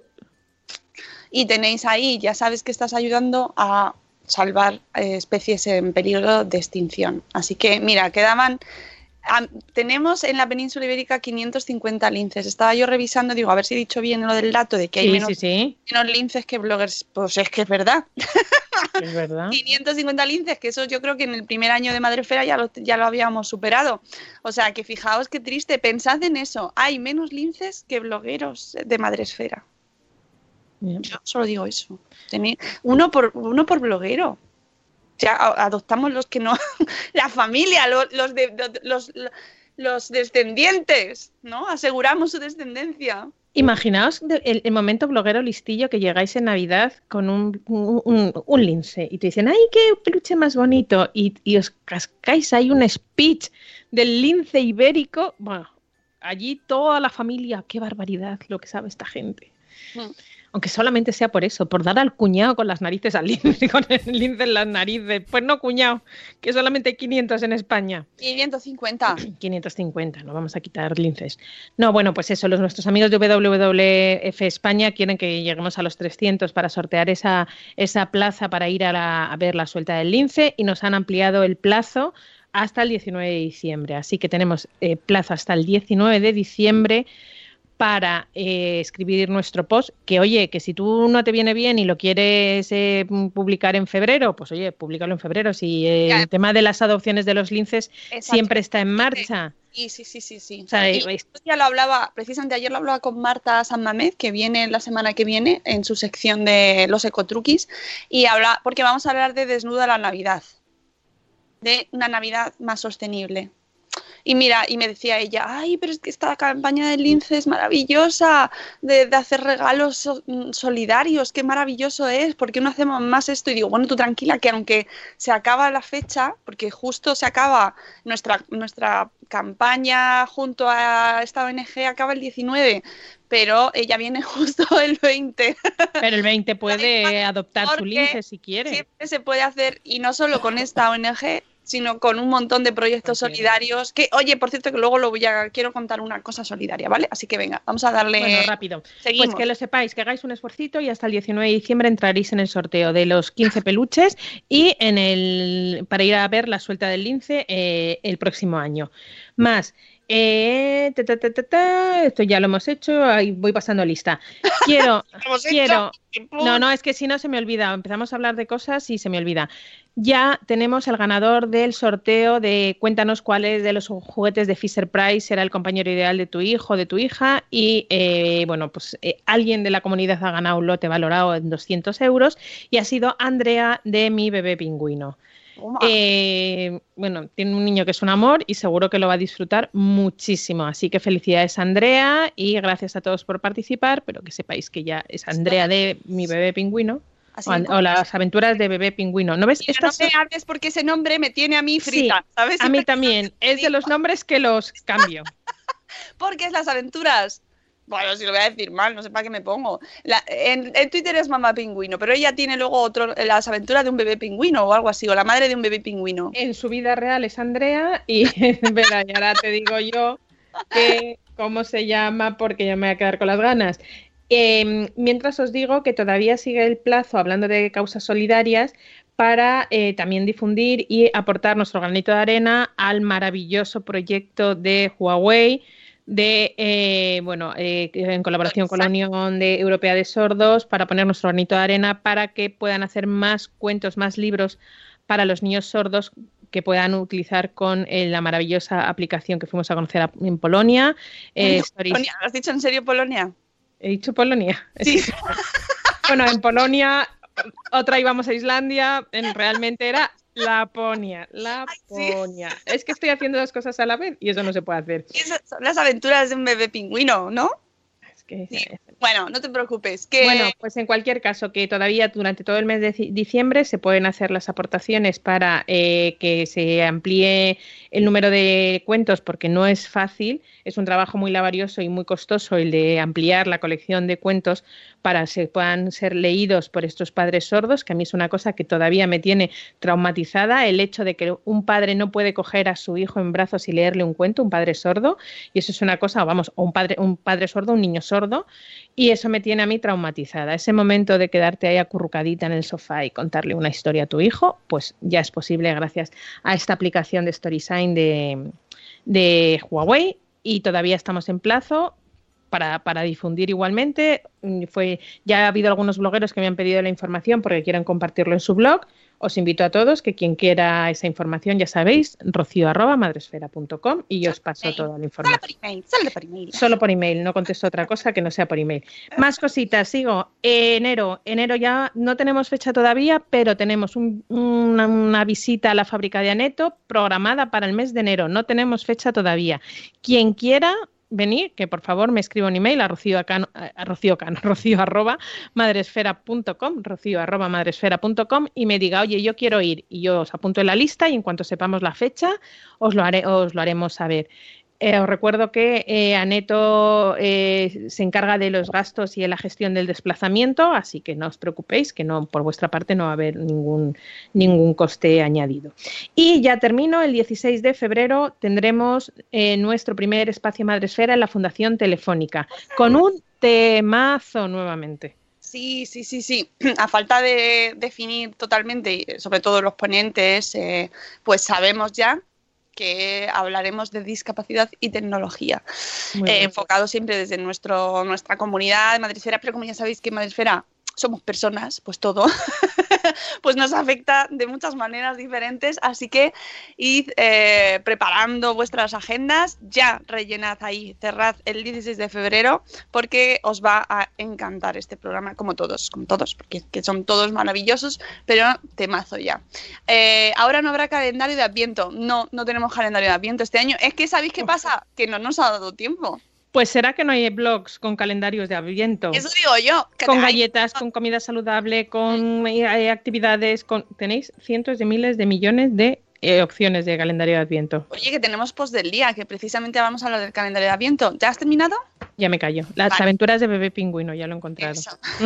Y tenéis ahí, ya sabes que estás ayudando a salvar eh, especies en peligro de extinción. Así que, mira, quedaban a, tenemos en la península ibérica quinientos cincuenta linces. Estaba yo revisando, digo, a ver si he dicho bien lo del dato de que hay Sí, menos, sí, sí. menos linces que bloggers. Pues es que es verdad. Es verdad. quinientos cincuenta linces, que eso yo creo que en el primer año de Madrefera ya lo, ya lo habíamos superado. O sea, que fijaos qué triste. Pensad en eso. Hay menos linces que blogueros de Madresfera. Bien. Yo solo digo eso. Tenéis uno por uno por bloguero. Ya adoptamos los que no, la familia, los, los, de, los, los descendientes, ¿no? Aseguramos su descendencia. Imaginaos el, el momento bloguero listillo que llegáis en Navidad con un, un, un, un lince y te dicen, ¡ay, qué peluche más bonito! Y, y os cascáis ahí un speech del lince ibérico. Bueno, allí toda la familia, ¡qué barbaridad lo que sabe esta gente! Mm. Aunque solamente sea por eso, por dar al cuñado con las narices al lince, con el lince en las narices. Pues no, cuñado, que solamente hay quinientos en España. quinientos cincuenta. quinientos cincuenta, no vamos a quitar linces. No, bueno, pues eso, los, nuestros amigos de W W F España quieren que lleguemos a los trescientos para sortear esa, esa plaza para ir a, la, a ver la suelta del lince y nos han ampliado el plazo hasta el diecinueve de diciembre. Así que tenemos eh, plazo hasta el diecinueve de diciembre para eh, escribir nuestro post, que oye, que si tú no te viene bien y lo quieres eh, publicar en febrero, pues oye, públicalo en febrero. Si eh, el tema de las adopciones de los linces siempre está en marcha. Sí, sí, sí, sí, sí. O sea, y esto ya lo hablaba, precisamente ayer lo hablaba con Marta San Mamés, que viene la semana que viene en su sección de los ecotruquis, y habla, porque vamos a hablar de Desnuda la Navidad, de una Navidad más sostenible. Y mira, y me decía ella, ay, pero es que esta campaña del lince es maravillosa, de, de hacer regalos so, solidarios, qué maravilloso es, ¿por qué no hacemos más esto? Y digo, bueno, tú tranquila, que aunque se acaba la fecha, porque justo se acaba nuestra, nuestra campaña junto a esta O N G, acaba el diecinueve, pero ella viene justo el veinte. Pero el veinte puede adoptar su lince si quiere. Siempre se puede hacer, y no solo con esta O N G, sino con un montón de proyectos solidarios que, oye, por cierto, que luego lo voy a, quiero contar una cosa solidaria, ¿vale? Así que venga, vamos a darle... Bueno, rápido. Seguimos. Pues que lo sepáis, que hagáis un esfuercito y hasta el diecinueve de diciembre entraréis en el sorteo de los quince peluches y en el para ir a ver la suelta del lince eh, el próximo año. Más... Eh, ta, ta, ta, ta, ta, esto ya lo hemos hecho, ahí voy pasando lista. Quiero, quiero, no, no, es que si no se me olvida, empezamos a hablar de cosas y se me olvida. Ya tenemos el ganador del sorteo de cuéntanos cuáles de los juguetes de Fisher Price será el compañero ideal de tu hijo o de tu hija y eh, bueno, pues eh, alguien de la comunidad ha ganado un lote valorado en doscientos euros y ha sido Andrea de Mi Bebé Pingüino. Eh, bueno, tiene un niño que es un amor y seguro que lo va a disfrutar muchísimo. Así que felicidades, Andrea, y gracias a todos por participar, pero que sepáis que ya es Andrea de Mi Bebé Pingüino. O, o las aventuras de Bebé Pingüino. ¿No ves? Estas... No me hables porque ese nombre me tiene a mí frita, sí, ¿sabes? A mí también. Es de los nombres que los cambio. Porque es las aventuras. Bueno, si lo voy a decir mal, no sé para qué me pongo. La, en, en Twitter es Mamá Pingüino, pero ella tiene luego otro, las aventuras de un bebé pingüino o algo así, o la madre de un bebé pingüino. En su vida real es Andrea y, verá, y ahora te digo yo que cómo se llama porque ya me voy a quedar con las ganas. Eh, mientras os digo que todavía sigue el plazo, hablando de causas solidarias, para eh, también difundir y aportar nuestro granito de arena al maravilloso proyecto de Huawei, de eh, bueno eh, en colaboración con la Unión de Europea de Sordos, para poner nuestro granito de arena para que puedan hacer más cuentos, más libros para los niños sordos que puedan utilizar con eh, la maravillosa aplicación que fuimos a conocer a, en Polonia. Eh, Polonia. ¿Has dicho en serio Polonia? He dicho Polonia. Sí. Bueno, en Polonia, otra íbamos a Islandia, en, realmente era Laponia, Laponia. Ay, sí. Es que estoy haciendo dos cosas a la vez y eso no se puede hacer. Y esas son las aventuras de un bebé pingüino, ¿no? Es que sí. Bueno, no te preocupes. Que... Bueno, pues en cualquier caso, que todavía durante todo el mes de diciembre se pueden hacer las aportaciones para eh, que se amplíe el número de cuentos, porque no es fácil, es un trabajo muy laborioso y muy costoso el de ampliar la colección de cuentos para que se puedan ser leídos por estos padres sordos, que a mí es una cosa que todavía me tiene traumatizada, el hecho de que un padre no puede coger a su hijo en brazos y leerle un cuento, un padre sordo, y eso es una cosa, vamos, o un padre, un padre sordo, un niño sordo, y eso me tiene a mí traumatizada. Ese momento de quedarte ahí acurrucadita en el sofá y contarle una historia a tu hijo, pues ya es posible gracias a esta aplicación de StorySign de, de Huawei y todavía estamos en plazo para, para difundir igualmente. Fue, ya ha habido algunos blogueros que me han pedido la información porque quieren compartirlo en su blog. Os invito a todos que quien quiera esa información, ya sabéis, rocío arroba madresfera punto com y yo os paso email. toda la información. Solo por email, solo por email. Solo por email, no contesto otra cosa que no sea por email. Más cositas, sigo. Enero, enero ya no tenemos fecha todavía, pero tenemos un, una, una visita a la fábrica de Aneto programada para el mes de enero. No tenemos fecha todavía. Quien quiera venir, que por favor me escriba un email a rocío, a a rocío, a rocío arroba madresfera punto com, rocío arroba madresfera punto com y me diga, oye, yo quiero ir, y yo os apunto en la lista y en cuanto sepamos la fecha os lo, haré, os lo haremos saber. Eh, os recuerdo que eh, Aneto eh, se encarga de los gastos y de la gestión del desplazamiento, así que no os preocupéis, que no por vuestra parte no va a haber ningún, ningún coste añadido. Y ya termino, el dieciséis de febrero tendremos eh, nuestro primer espacio Madresfera en la Fundación Telefónica, con un temazo nuevamente. Sí, sí, sí, sí. A falta de definir totalmente, sobre todo los ponentes, eh, pues sabemos ya que hablaremos de discapacidad y tecnología, eh, enfocado siempre desde nuestro, nuestra comunidad de Madresfera, pero como ya sabéis que en Madresfera somos personas, pues todo, pues nos afecta de muchas maneras diferentes, así que id eh, preparando vuestras agendas, ya rellenad ahí, cerrad el dieciséis de febrero, porque os va a encantar este programa, como todos, como todos, porque que son todos maravillosos, pero temazo ya. Eh, ahora no habrá calendario de Adviento, no, no tenemos calendario de Adviento este año, es que ¿sabéis qué pasa? Que no nos ha dado tiempo. Pues será que no hay blogs con calendarios de Adviento. Eso digo yo. Que con hay... galletas, con comida saludable, con eh, actividades, con tenéis cientos de miles de millones de eh, opciones de calendario de Adviento. Oye, que tenemos post del día, que precisamente vamos a hablar del calendario de Adviento. ¿Ya has terminado? Ya me callo. Las vale. aventuras de Bebé Pingüino, ya lo he encontrado.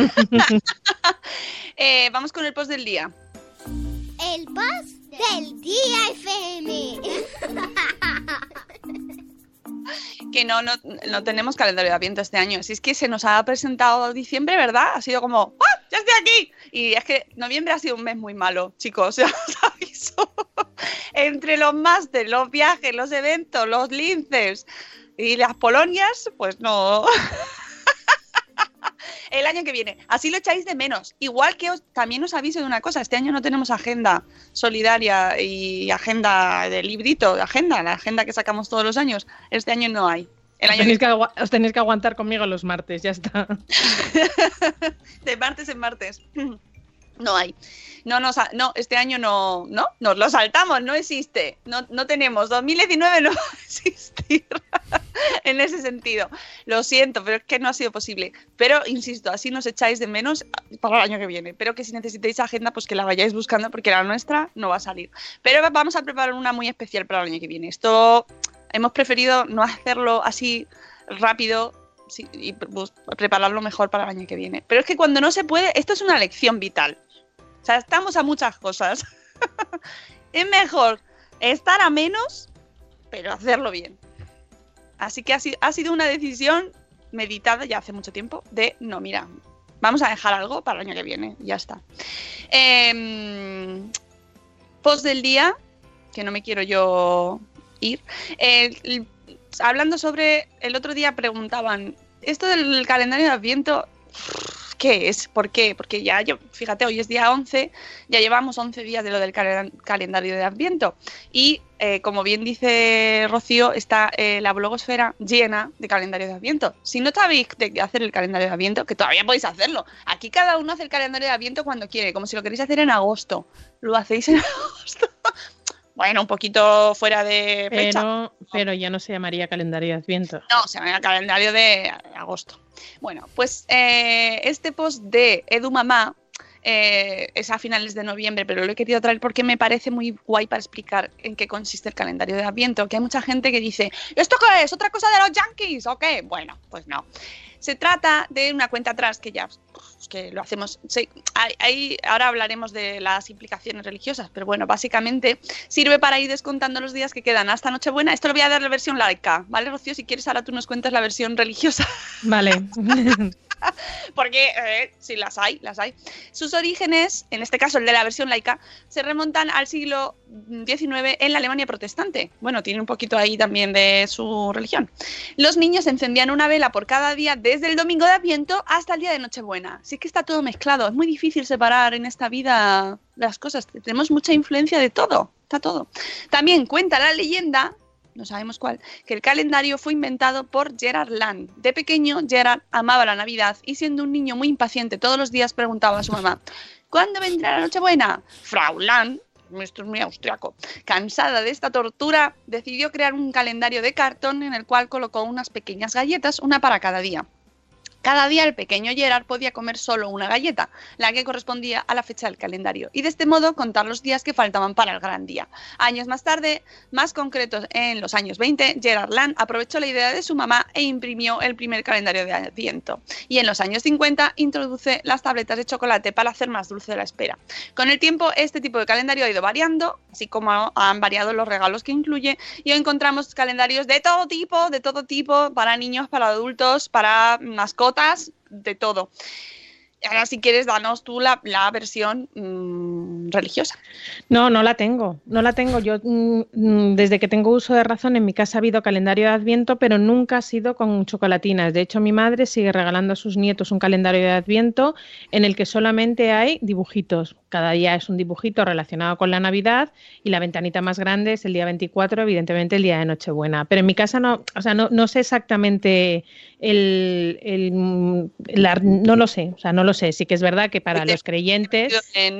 eh, vamos con el post del día. El post del día F M. Que no, no, no tenemos calendario de Adviento este año. Si es que se nos ha presentado diciembre, ¿verdad? Ha sido como, ¡ah! ¡Ya estoy aquí! Y es que noviembre ha sido un mes muy malo, chicos, ya os aviso. Entre los máster, los viajes, los eventos, los linces y las Polonias, pues no. El año que viene. Así lo echáis de menos. Igual que os, también os aviso de una cosa. Este año no tenemos agenda solidaria y agenda de librito, de agenda, la agenda que sacamos todos los años. Este año no hay. El os, año tenéis que... que agu- os tenéis que aguantar conmigo los martes, ya está. De martes en martes. No hay. No, no, no, este año no, no, nos lo saltamos, no existe. No, no tenemos. dos mil diecinueve no va a existir en ese sentido. Lo siento, pero es que no ha sido posible. Pero, insisto, así nos echáis de menos para el año que viene. Pero que si necesitáis agenda, pues que la vayáis buscando porque la nuestra no va a salir. Pero vamos a preparar una muy especial para el año que viene. Esto hemos preferido no hacerlo así rápido sí, y pues, prepararlo mejor para el año que viene. Pero es que cuando no se puede, esto es una lección vital. O sea, estamos a muchas cosas. Es mejor estar a menos, pero hacerlo bien. Así que ha sido, ha sido una decisión meditada ya hace mucho tiempo de, no, mira, vamos a dejar algo para el año que viene. Ya está. Eh, post del día, que no me quiero yo ir. Eh, el, hablando sobre, el otro día preguntaban, esto del calendario de Adviento... ¿Qué es? ¿Por qué? Porque ya, yo, fíjate, hoy es día once, ya llevamos once días de lo del cal- calendario de Adviento. Y, eh, como bien dice Rocío, está eh, la blogosfera llena de calendario de Adviento. Si no sabéis de hacer el calendario de Adviento, que todavía podéis hacerlo. Aquí cada uno hace el calendario de Adviento cuando quiere, como si lo queréis hacer en agosto. Lo hacéis en agosto. Bueno, un poquito fuera de fecha. Pero, pero ya no se llamaría calendario de Adviento. No, se llama calendario de agosto. Bueno, pues eh, este post de Edu Mamá eh, es a finales de noviembre, pero lo he querido traer porque me parece muy guay para explicar en qué consiste el calendario de Adviento. Que hay mucha gente que dice, ¿esto qué es? ¿Otra cosa de los yankees o qué? Bueno, pues no. Se trata de una cuenta atrás que ya... que lo hacemos, sí, hay, hay, ahora hablaremos de las implicaciones religiosas, pero bueno, básicamente sirve para ir descontando los días que quedan hasta Nochebuena. Esto lo voy a dar la versión laica, ¿vale, Rocío? Si quieres ahora tú nos cuentas la versión religiosa. Vale. Porque eh, sí, las hay, las hay. Sus orígenes, en este caso el de la versión laica, se remontan al siglo diecinueve en la Alemania protestante. Bueno, tiene un poquito ahí también de su religión. Los niños encendían una vela por cada día desde el domingo de Adviento hasta el día de Nochebuena. Sí que está todo mezclado. Es muy difícil separar en esta vida las cosas. Tenemos mucha influencia de todo. Está todo. También cuenta la leyenda, no sabemos cuál, que el calendario fue inventado por Gerard Land. De pequeño, Gerard amaba la Navidad y siendo un niño muy impaciente, todos los días preguntaba a su mamá: ¿cuándo vendrá la Nochebuena? Frau Land, esto es muy austriaco, cansada de esta tortura, decidió crear un calendario de cartón en el cual colocó unas pequeñas galletas, una para cada día. Cada día el pequeño Gerard podía comer solo una galleta, la que correspondía a la fecha del calendario, y de este modo contar los días que faltaban para el gran día. Años más tarde, más concretos en los años veinte, Gerard Land aprovechó la idea de su mamá e imprimió el primer calendario de Adviento. Y en los años cincuenta introduce las tabletas de chocolate para hacer más dulce la espera. Con el tiempo, este tipo de calendario ha ido variando, así como han variado los regalos que incluye, y hoy encontramos calendarios de todo tipo, de todo tipo, para niños, para adultos, para mascotas, de todo. Ahora, si quieres, danos tú la, la versión mmm, religiosa. No, no la tengo, no la tengo. Yo, mmm, desde que tengo uso de razón, en mi casa ha habido calendario de Adviento, pero nunca ha sido con chocolatinas. De hecho, mi madre sigue regalando a sus nietos un calendario de Adviento en el que solamente hay dibujitos. Cada día es un dibujito relacionado con la Navidad y la ventanita más grande es el día veinticuatro, evidentemente el día de Nochebuena. Pero en mi casa no, o sea, no, no sé exactamente el, el la, no lo sé, o sea, no lo sé. Sí que es verdad que para los creyentes.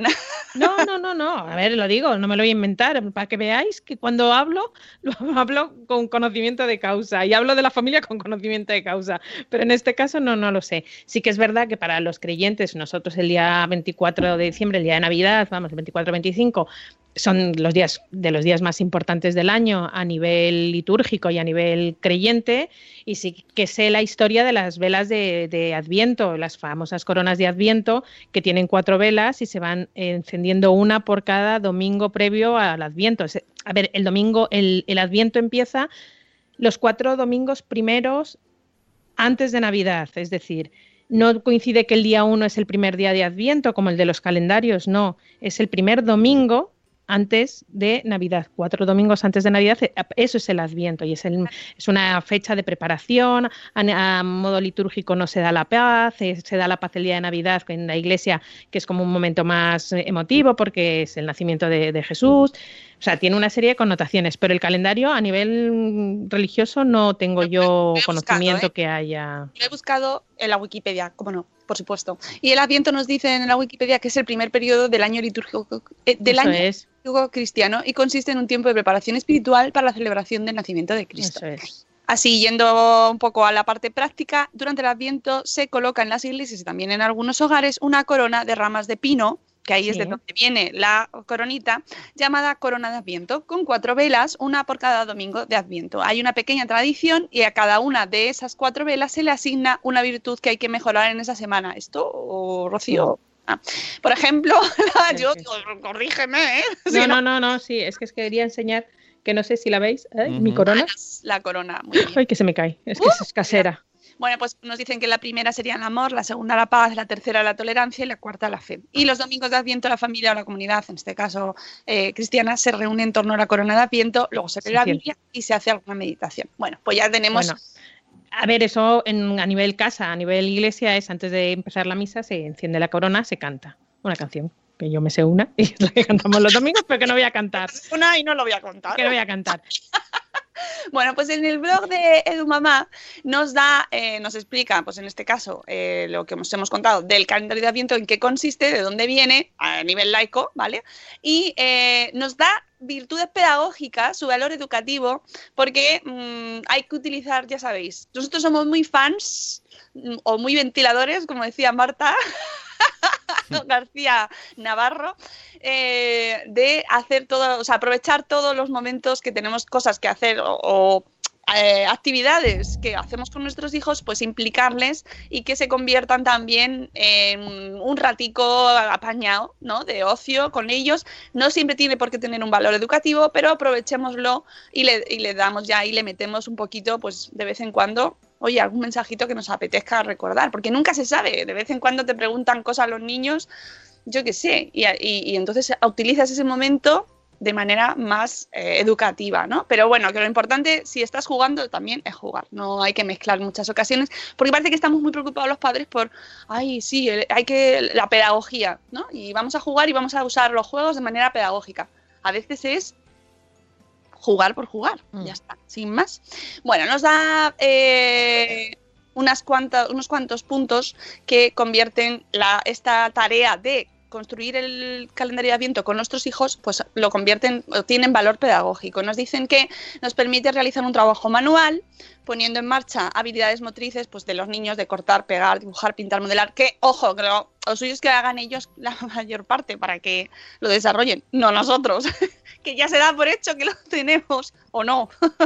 No, no, no, no. A ver, lo digo, no me lo voy a inventar, para que veáis que cuando hablo, lo hablo con conocimiento de causa y hablo de la familia con conocimiento de causa. Pero en este caso no, no lo sé. Sí que es verdad que para los creyentes, nosotros el día veinticuatro de diciembre, el día de Navidad, vamos, el veinticuatro veinticinco, son los días de los días más importantes del año a nivel litúrgico y a nivel creyente, y sí que sé la historia de las velas de, de Adviento, las famosas coronas de Adviento, que tienen cuatro velas y se van encendiendo una por cada domingo previo al Adviento. A ver, el domingo, el, el Adviento empieza los cuatro domingos primeros antes de Navidad, es decir, no coincide que el día uno es el primer día de Adviento, como el de los calendarios, no, es el primer domingo antes de Navidad, cuatro domingos antes de Navidad, eso es el Adviento y es, el, es una fecha de preparación, a, a modo litúrgico no se da la paz, se da la paz el día de Navidad en la iglesia, que es como un momento más emotivo porque es el nacimiento de, de Jesús, o sea, tiene una serie de connotaciones, pero el calendario a nivel religioso no tengo yo conocimiento ¿eh? que haya. Lo he buscado en la Wikipedia, ¿cómo no? Por supuesto. Y el Adviento nos dice en la Wikipedia que es el primer periodo del año litúrgico eh, del Eso año es. litúrgico cristiano y consiste en un tiempo de preparación espiritual para la celebración del nacimiento de Cristo. Eso es. Así, yendo un poco a la parte práctica, durante el Adviento se coloca en las iglesias y también en algunos hogares una corona de ramas de pino, que ahí sí. es de donde viene la coronita, llamada corona de Adviento, con cuatro velas, una por cada domingo de Adviento. Hay una pequeña tradición y a cada una de esas cuatro velas se le asigna una virtud que hay que mejorar en esa semana. ¿Esto, o, Rocío? Ah. Por ejemplo, yo, corrígeme, ¿eh? No, no, no, no, sí, es que es que quería enseñar, que no sé si la veis, ¿eh? Uh-huh. Mi corona. La corona, muy bien. Ay, que se me cae, es que uh, es casera. Bueno, pues nos dicen que la primera sería el amor, la segunda la paz, la tercera la tolerancia y la cuarta la fe. Y los domingos de Adviento la familia o la comunidad, en este caso eh, cristiana, se reúne en torno a la corona de Adviento, luego se lee sí, la Biblia y se hace alguna meditación. Bueno, pues ya tenemos... Bueno, a ver, eso en, a nivel casa, a nivel iglesia, es antes de empezar la misa, se enciende la corona, se canta una canción. Que yo me sé una y es la que cantamos los domingos, pero que no voy a cantar. Una y no lo voy a contar. Que no voy a cantar. Bueno, pues en el blog de EduMamá nos da, eh, nos explica, pues en este caso, eh, lo que os hemos contado del calendario de Adviento, en qué consiste, de dónde viene, a nivel laico, ¿vale? Y eh, nos da virtudes pedagógicas, su valor educativo, porque mmm, hay que utilizar, ya sabéis, nosotros somos muy fans mmm, o muy ventiladores, como decía Marta García Navarro, eh, de hacer todo, o sea, aprovechar todos los momentos que tenemos cosas que hacer o, o eh, actividades que hacemos con nuestros hijos, pues implicarles y que se conviertan también en un ratico apañado, ¿no? De ocio con ellos. No siempre tiene por qué tener un valor educativo, pero aprovechémoslo y le, y le damos ya y le metemos un poquito, pues de vez en cuando, oye, algún mensajito que nos apetezca recordar, porque nunca se sabe, de vez en cuando te preguntan cosas los niños, yo qué sé, y, y, y entonces utilizas ese momento de manera más eh, educativa, ¿no? Pero bueno, que lo importante, si estás jugando, también es jugar. No hay que mezclar muchas ocasiones, porque parece que estamos muy preocupados los padres por, ay, sí, hay que la pedagogía, ¿no? Y vamos a jugar y vamos a usar los juegos de manera pedagógica. A veces es jugar por jugar, mm. ya está, sin más. Bueno, nos da eh, unas cuantas, unos cuantos puntos que convierten la, esta tarea de construir el calendario de Adviento con nuestros hijos, pues lo convierten, o tienen valor pedagógico. Nos dicen que nos permite realizar un trabajo manual, poniendo en marcha habilidades motrices pues de los niños de cortar, pegar, dibujar, pintar, modelar, que, ojo, que lo, lo suyo es que hagan ellos la mayor parte para que lo desarrollen, no nosotros, que ya se da por hecho que lo tenemos, o no.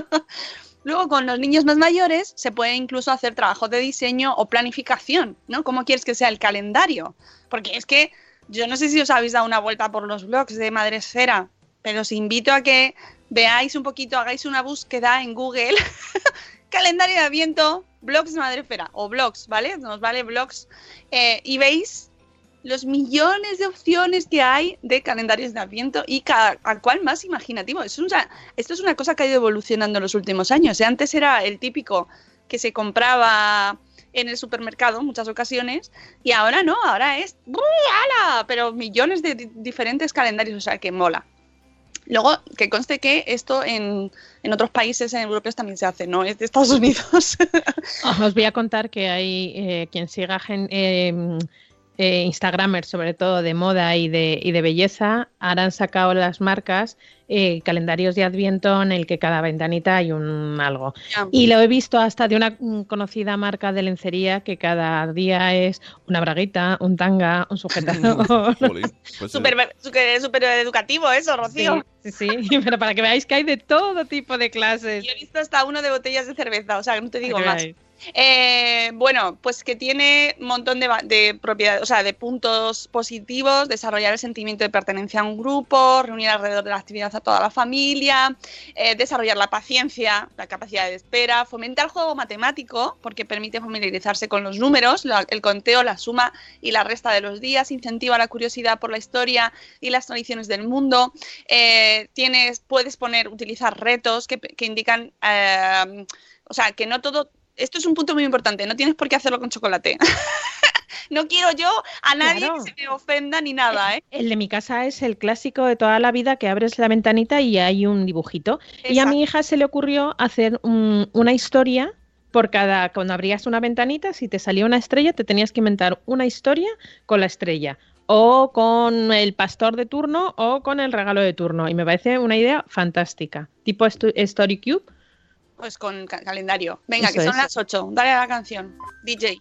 Luego, con los niños más mayores, se puede incluso hacer trabajos de diseño o planificación, ¿no? ¿Cómo quieres que sea el calendario? Porque es que yo no sé si os habéis dado una vuelta por los blogs de Madresfera, pero os invito a que veáis un poquito, hagáis una búsqueda en Google, calendario de Adviento, blogs de Madresfera, o blogs, ¿vale? Nos vale blogs, eh, y veis los millones de opciones que hay de calendarios de Adviento y cada cual más imaginativo. Es una, esto es una cosa que ha ido evolucionando en los últimos años. ¿eh? Antes era el típico que se compraba en el supermercado en muchas ocasiones, y ahora no, ahora es ¡ala! Pero millones de d- diferentes calendarios, o sea que mola. Luego, que conste que esto en, en otros países en europeos también se hace, no es de Estados Unidos. Os voy a contar que hay eh, quien siga gen, eh, eh, Instagramers, sobre todo de moda y de, y de belleza, ahora han sacado las marcas eh, calendarios de Adviento en el que cada ventanita hay un algo. Yeah. Y lo he visto hasta de una conocida marca de lencería que cada día es una braguita, un tanga, un sujetador. pues súper, súper, súper educativo eso, Rocío. Sí, sí, sí, pero para que veáis que hay de todo tipo de clases. Yo he visto hasta uno de botellas de cerveza, o sea, no te digo más. Eh, bueno, pues que tiene un montón de, de propiedades, o sea, de puntos positivos: desarrollar el sentimiento de pertenencia a un grupo, reunir alrededor de la actividad a toda la familia, eh, desarrollar la paciencia, la capacidad de espera, fomenta el juego matemático porque permite familiarizarse con los números, la, el conteo, la suma y la resta de los días, incentiva la curiosidad por la historia y las tradiciones del mundo, eh, tienes, puedes poner, utilizar retos que, que indican, eh, o sea, que no todo. Esto es un punto muy importante, no tienes por qué hacerlo con chocolate. No quiero yo a nadie claro. que se me ofenda ni nada, ¿eh? El de mi casa es el clásico de toda la vida, que abres la ventanita y hay un dibujito. Exacto. Y a mi hija se le ocurrió hacer un, una historia por cada... Cuando abrías una ventanita, si te salía una estrella, te tenías que inventar una historia con la estrella, o con el pastor de turno, o con el regalo de turno. Y me parece una idea fantástica. Tipo Story Cube. Pues con ca- calendario. Venga, eso que son es. Las ocho. Dale a la canción. D J.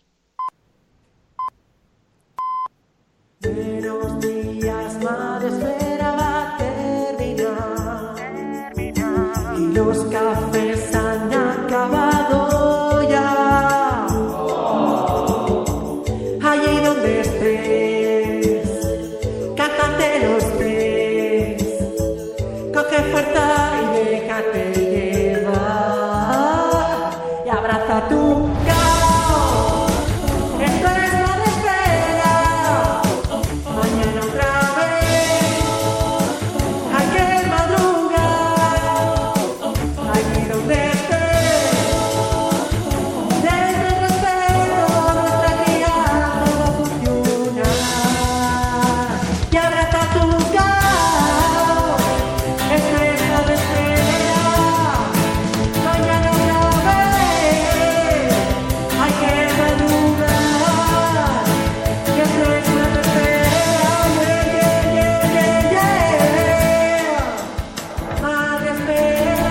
Buenos días, Madresfera va a terminar. terminar. Y los cafés han acabado ya. Oh. Allí donde estés, cántate los tres. Coge fuerza y déjate llevar. Y abraza tu caos. Esto es Madresfera. Mañana otra vez. Hay que madrugar. Allí donde estés. Desde el respeto, nuestra guía todo funciona. Y abraza tu caos. Esto es Madresfera. Mañana otra vez. Hay que madrugar. Y esto es Madresfera. Yeah, yeah, yeah, yeah, yeah. Madresfera.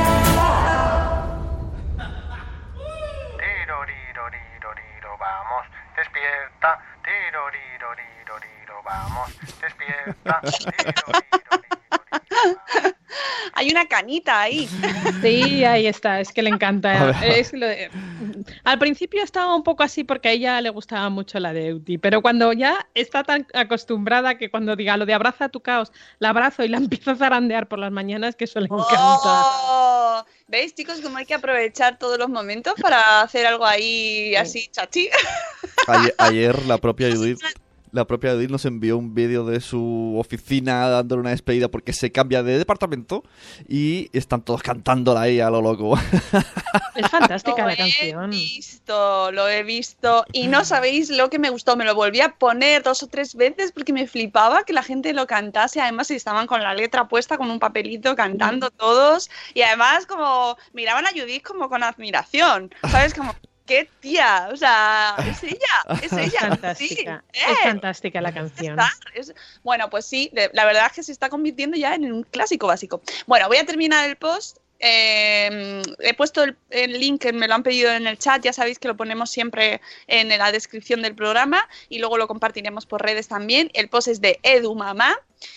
Tiro, riro, riro, riro, vamos, despierta. Tiro, riro, riro, riro, vamos, despierta. Tiro, riro, riro, riro, vamos. Hay una canita ahí. Sí, ahí está, es que le encanta. Es lo de... Al principio estaba un poco así porque a ella le gustaba mucho la de Euti, pero cuando ya está tan acostumbrada que cuando diga lo de abraza tu caos, la abrazo y la empiezo a zarandear por las mañanas, que eso le encanta. Oh, ¿Veis, chicos, cómo hay que aprovechar todos los momentos para hacer algo ahí así chachi? Ayer, ayer la propia Judith, la propia Judith nos envió un vídeo de su oficina dándole una despedida porque se cambia de departamento y están todos cantándola ahí a lo loco. Es fantástica Lo la he canción. visto, lo he visto y no sabéis lo que me gustó. Me lo volví a poner dos o tres veces porque me flipaba que la gente lo cantase. Además estaban con la letra puesta, con un papelito cantando todos y además como miraban a Judith como con admiración, ¿sabes? Como... ¡Qué tía! O sea, es ella, es ella. Es fantástica, sí, es eh, fantástica la canción. está, es- Bueno, pues sí, de- la verdad es que se está convirtiendo ya en un clásico básico. Bueno, voy a terminar el post. Eh, he puesto el, el link que me lo han pedido en el chat, ya sabéis que lo ponemos siempre en la descripción del programa y luego lo compartiremos por redes también. El post es de Edu Mamá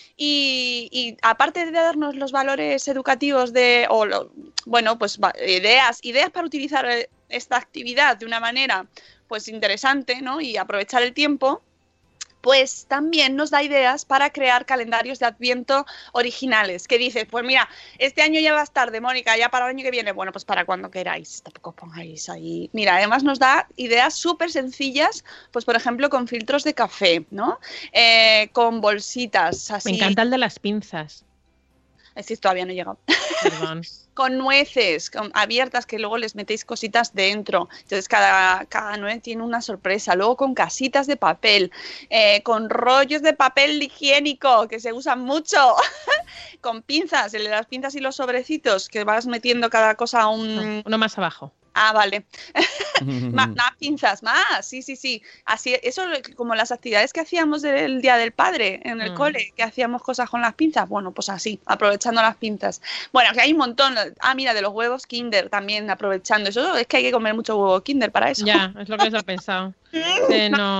y, y aparte de darnos los valores educativos de, o lo- bueno, pues va- ideas, ideas para utilizar eh, esta actividad de una manera pues interesante, ¿no? Y aprovechar el tiempo, pues también nos da ideas para crear calendarios de Adviento originales. Que dices, pues mira, este año ya va a estar de Mónica, ya para el año que viene. Bueno, pues para cuando queráis, tampoco os pongáis ahí. Mira, además nos da ideas súper sencillas, pues por ejemplo con filtros de café, ¿no? Eh, con bolsitas así. Me encanta el de las pinzas. Es decir, todavía no he llegado. Perdón. Con nueces con, abiertas que luego les metéis cositas dentro. Entonces cada, cada nuez tiene una sorpresa. Luego con casitas de papel, eh, con rollos de papel higiénico que se usan mucho, con pinzas, el de las pinzas y los sobrecitos que vas metiendo cada cosa a un... Uno más abajo. Ah, vale. más, más pinzas, más, sí, sí, sí. Así, eso como las actividades que hacíamos del Día del Padre en el Mm. cole, que hacíamos cosas con las pinzas, bueno, pues así, aprovechando las pinzas. Bueno, que hay un montón. Ah, mira, de los huevos Kinder también aprovechando. Eso es que hay que comer mucho huevo Kinder para eso. Ya, es lo que os he pensado. Eh, no.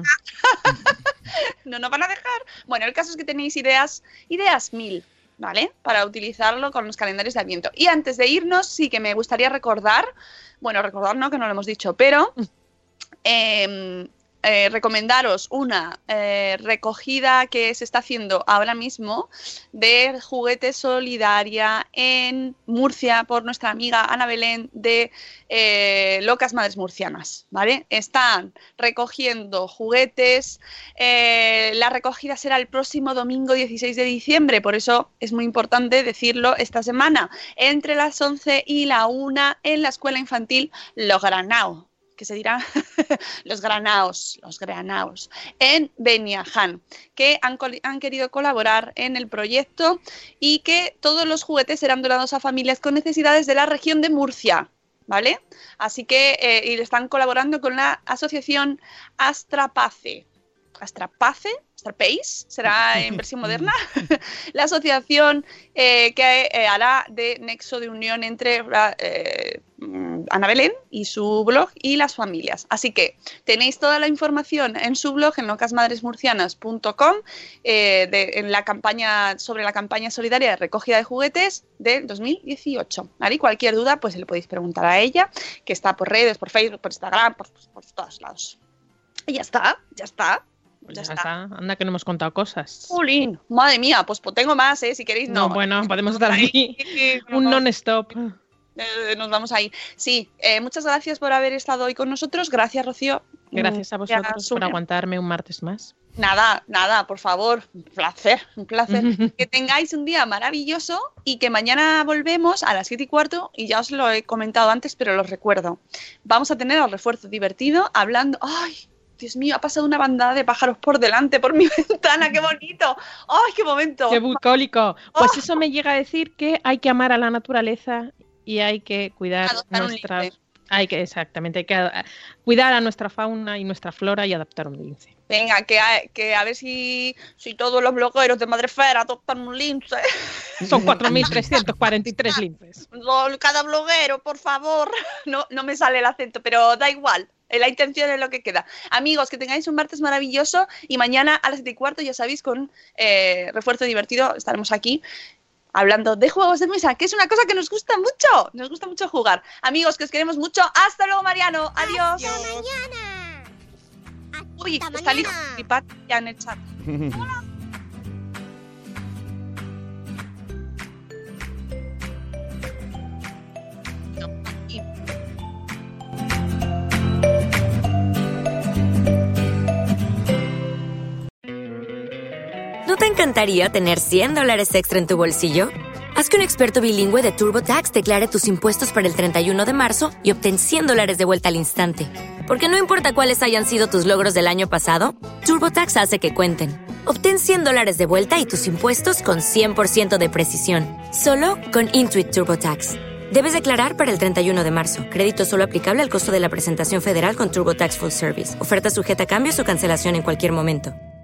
No nos van a dejar. Bueno, el caso es que tenéis ideas, ideas mil, ¿vale? Para utilizarlo con los calendarios de Adviento. Y antes de irnos, sí que me gustaría recordar, bueno, recordar no, que no lo hemos dicho, pero eh, eh, recomendaros una eh, recogida que se está haciendo ahora mismo de juguete solidaria en Murcia por nuestra amiga Ana Belén de eh, Locas Madres Murcianas, ¿vale? Están recogiendo juguetes. Eh, la recogida será el próximo domingo dieciséis de diciembre, por eso es muy importante decirlo esta semana, entre las once y la una en la escuela infantil Los Granao, que se dirá los granaos, los granaos, en Beniaján, que han, han querido colaborar en el proyecto y que todos los juguetes serán donados a familias con necesidades de la región de Murcia, ¿vale? Así que eh, y están colaborando con la asociación Astrapace. Astrapace, Astrapace, será en versión moderna, la asociación eh, que eh, hará de nexo de unión entre eh, Ana Belén y su blog y las familias. Así que tenéis toda la información en su blog en locas madres murcianas punto com eh, de, en la campaña sobre la campaña solidaria de recogida de juguetes del dos mil dieciocho. ¿Vale? Y cualquier duda, pues le podéis preguntar a ella, que está por redes, por Facebook, por Instagram, por, por todos lados. Y ya está, ya está. Pues Ya ya está. está. Anda que no hemos contado cosas. Jolín, madre mía, pues, pues tengo más, ¿eh? Si queréis, no. No, bueno, podemos estar aquí. Nos Un vamos- non-stop. eh, nos vamos a ir. Sí, eh, muchas gracias por haber estado hoy con nosotros. Gracias, Rocío. Gracias a Mm, ya, vosotros por súper. aguantarme un martes más. Nada, nada, por favor. Un placer, un placer. Que tengáis un día maravilloso y que mañana volvemos a las siete y cuarto. Y ya os lo he comentado antes, pero lo recuerdo. Vamos a tener el refuerzo divertido hablando. ¡Ay! Dios mío, ha pasado una bandada de pájaros por delante, por mi ventana, qué bonito. ¡Ay, qué momento! ¡Qué bucólico! Pues eso me llega a decir que hay que amar a la naturaleza y hay que cuidar Adoptar un nuestra... lince. Hay que, exactamente, hay que a- cuidar a nuestra fauna y nuestra flora y adaptar un lince. Venga, que a, que a ver si, si todos los blogueros de Madrefera adoptan un lince. Son cuatro mil trescientos cuarenta y tres linces. No, cada bloguero, por favor. No, no me sale el acento, pero da igual. Eh, La intención es lo que queda. Amigos, que tengáis un martes maravilloso y mañana a las siete y cuarto, ya sabéis, con eh, refuerzo divertido estaremos aquí hablando de juegos de mesa, que es una cosa que nos gusta mucho. Nos gusta mucho jugar. Amigos, que os queremos mucho. Hasta luego, Mariano. Adiós. Hasta mañana. Uy, Hasta está el hijo mañana. de mi padre ya en el chat. ¿No te encantaría tener cien dólares extra en tu bolsillo? Haz que un experto bilingüe de TurboTax declare tus impuestos para el treinta y uno de marzo y obtén cien dólares de vuelta al instante. Porque no importa cuáles hayan sido tus logros del año pasado, TurboTax hace que cuenten. Obtén cien dólares de vuelta y tus impuestos con cien por ciento de precisión. Solo con Intuit TurboTax. Debes declarar para el treinta y uno de marzo. Crédito solo aplicable al costo de la presentación federal con TurboTax Full Service. Oferta sujeta a cambios o cancelación en cualquier momento.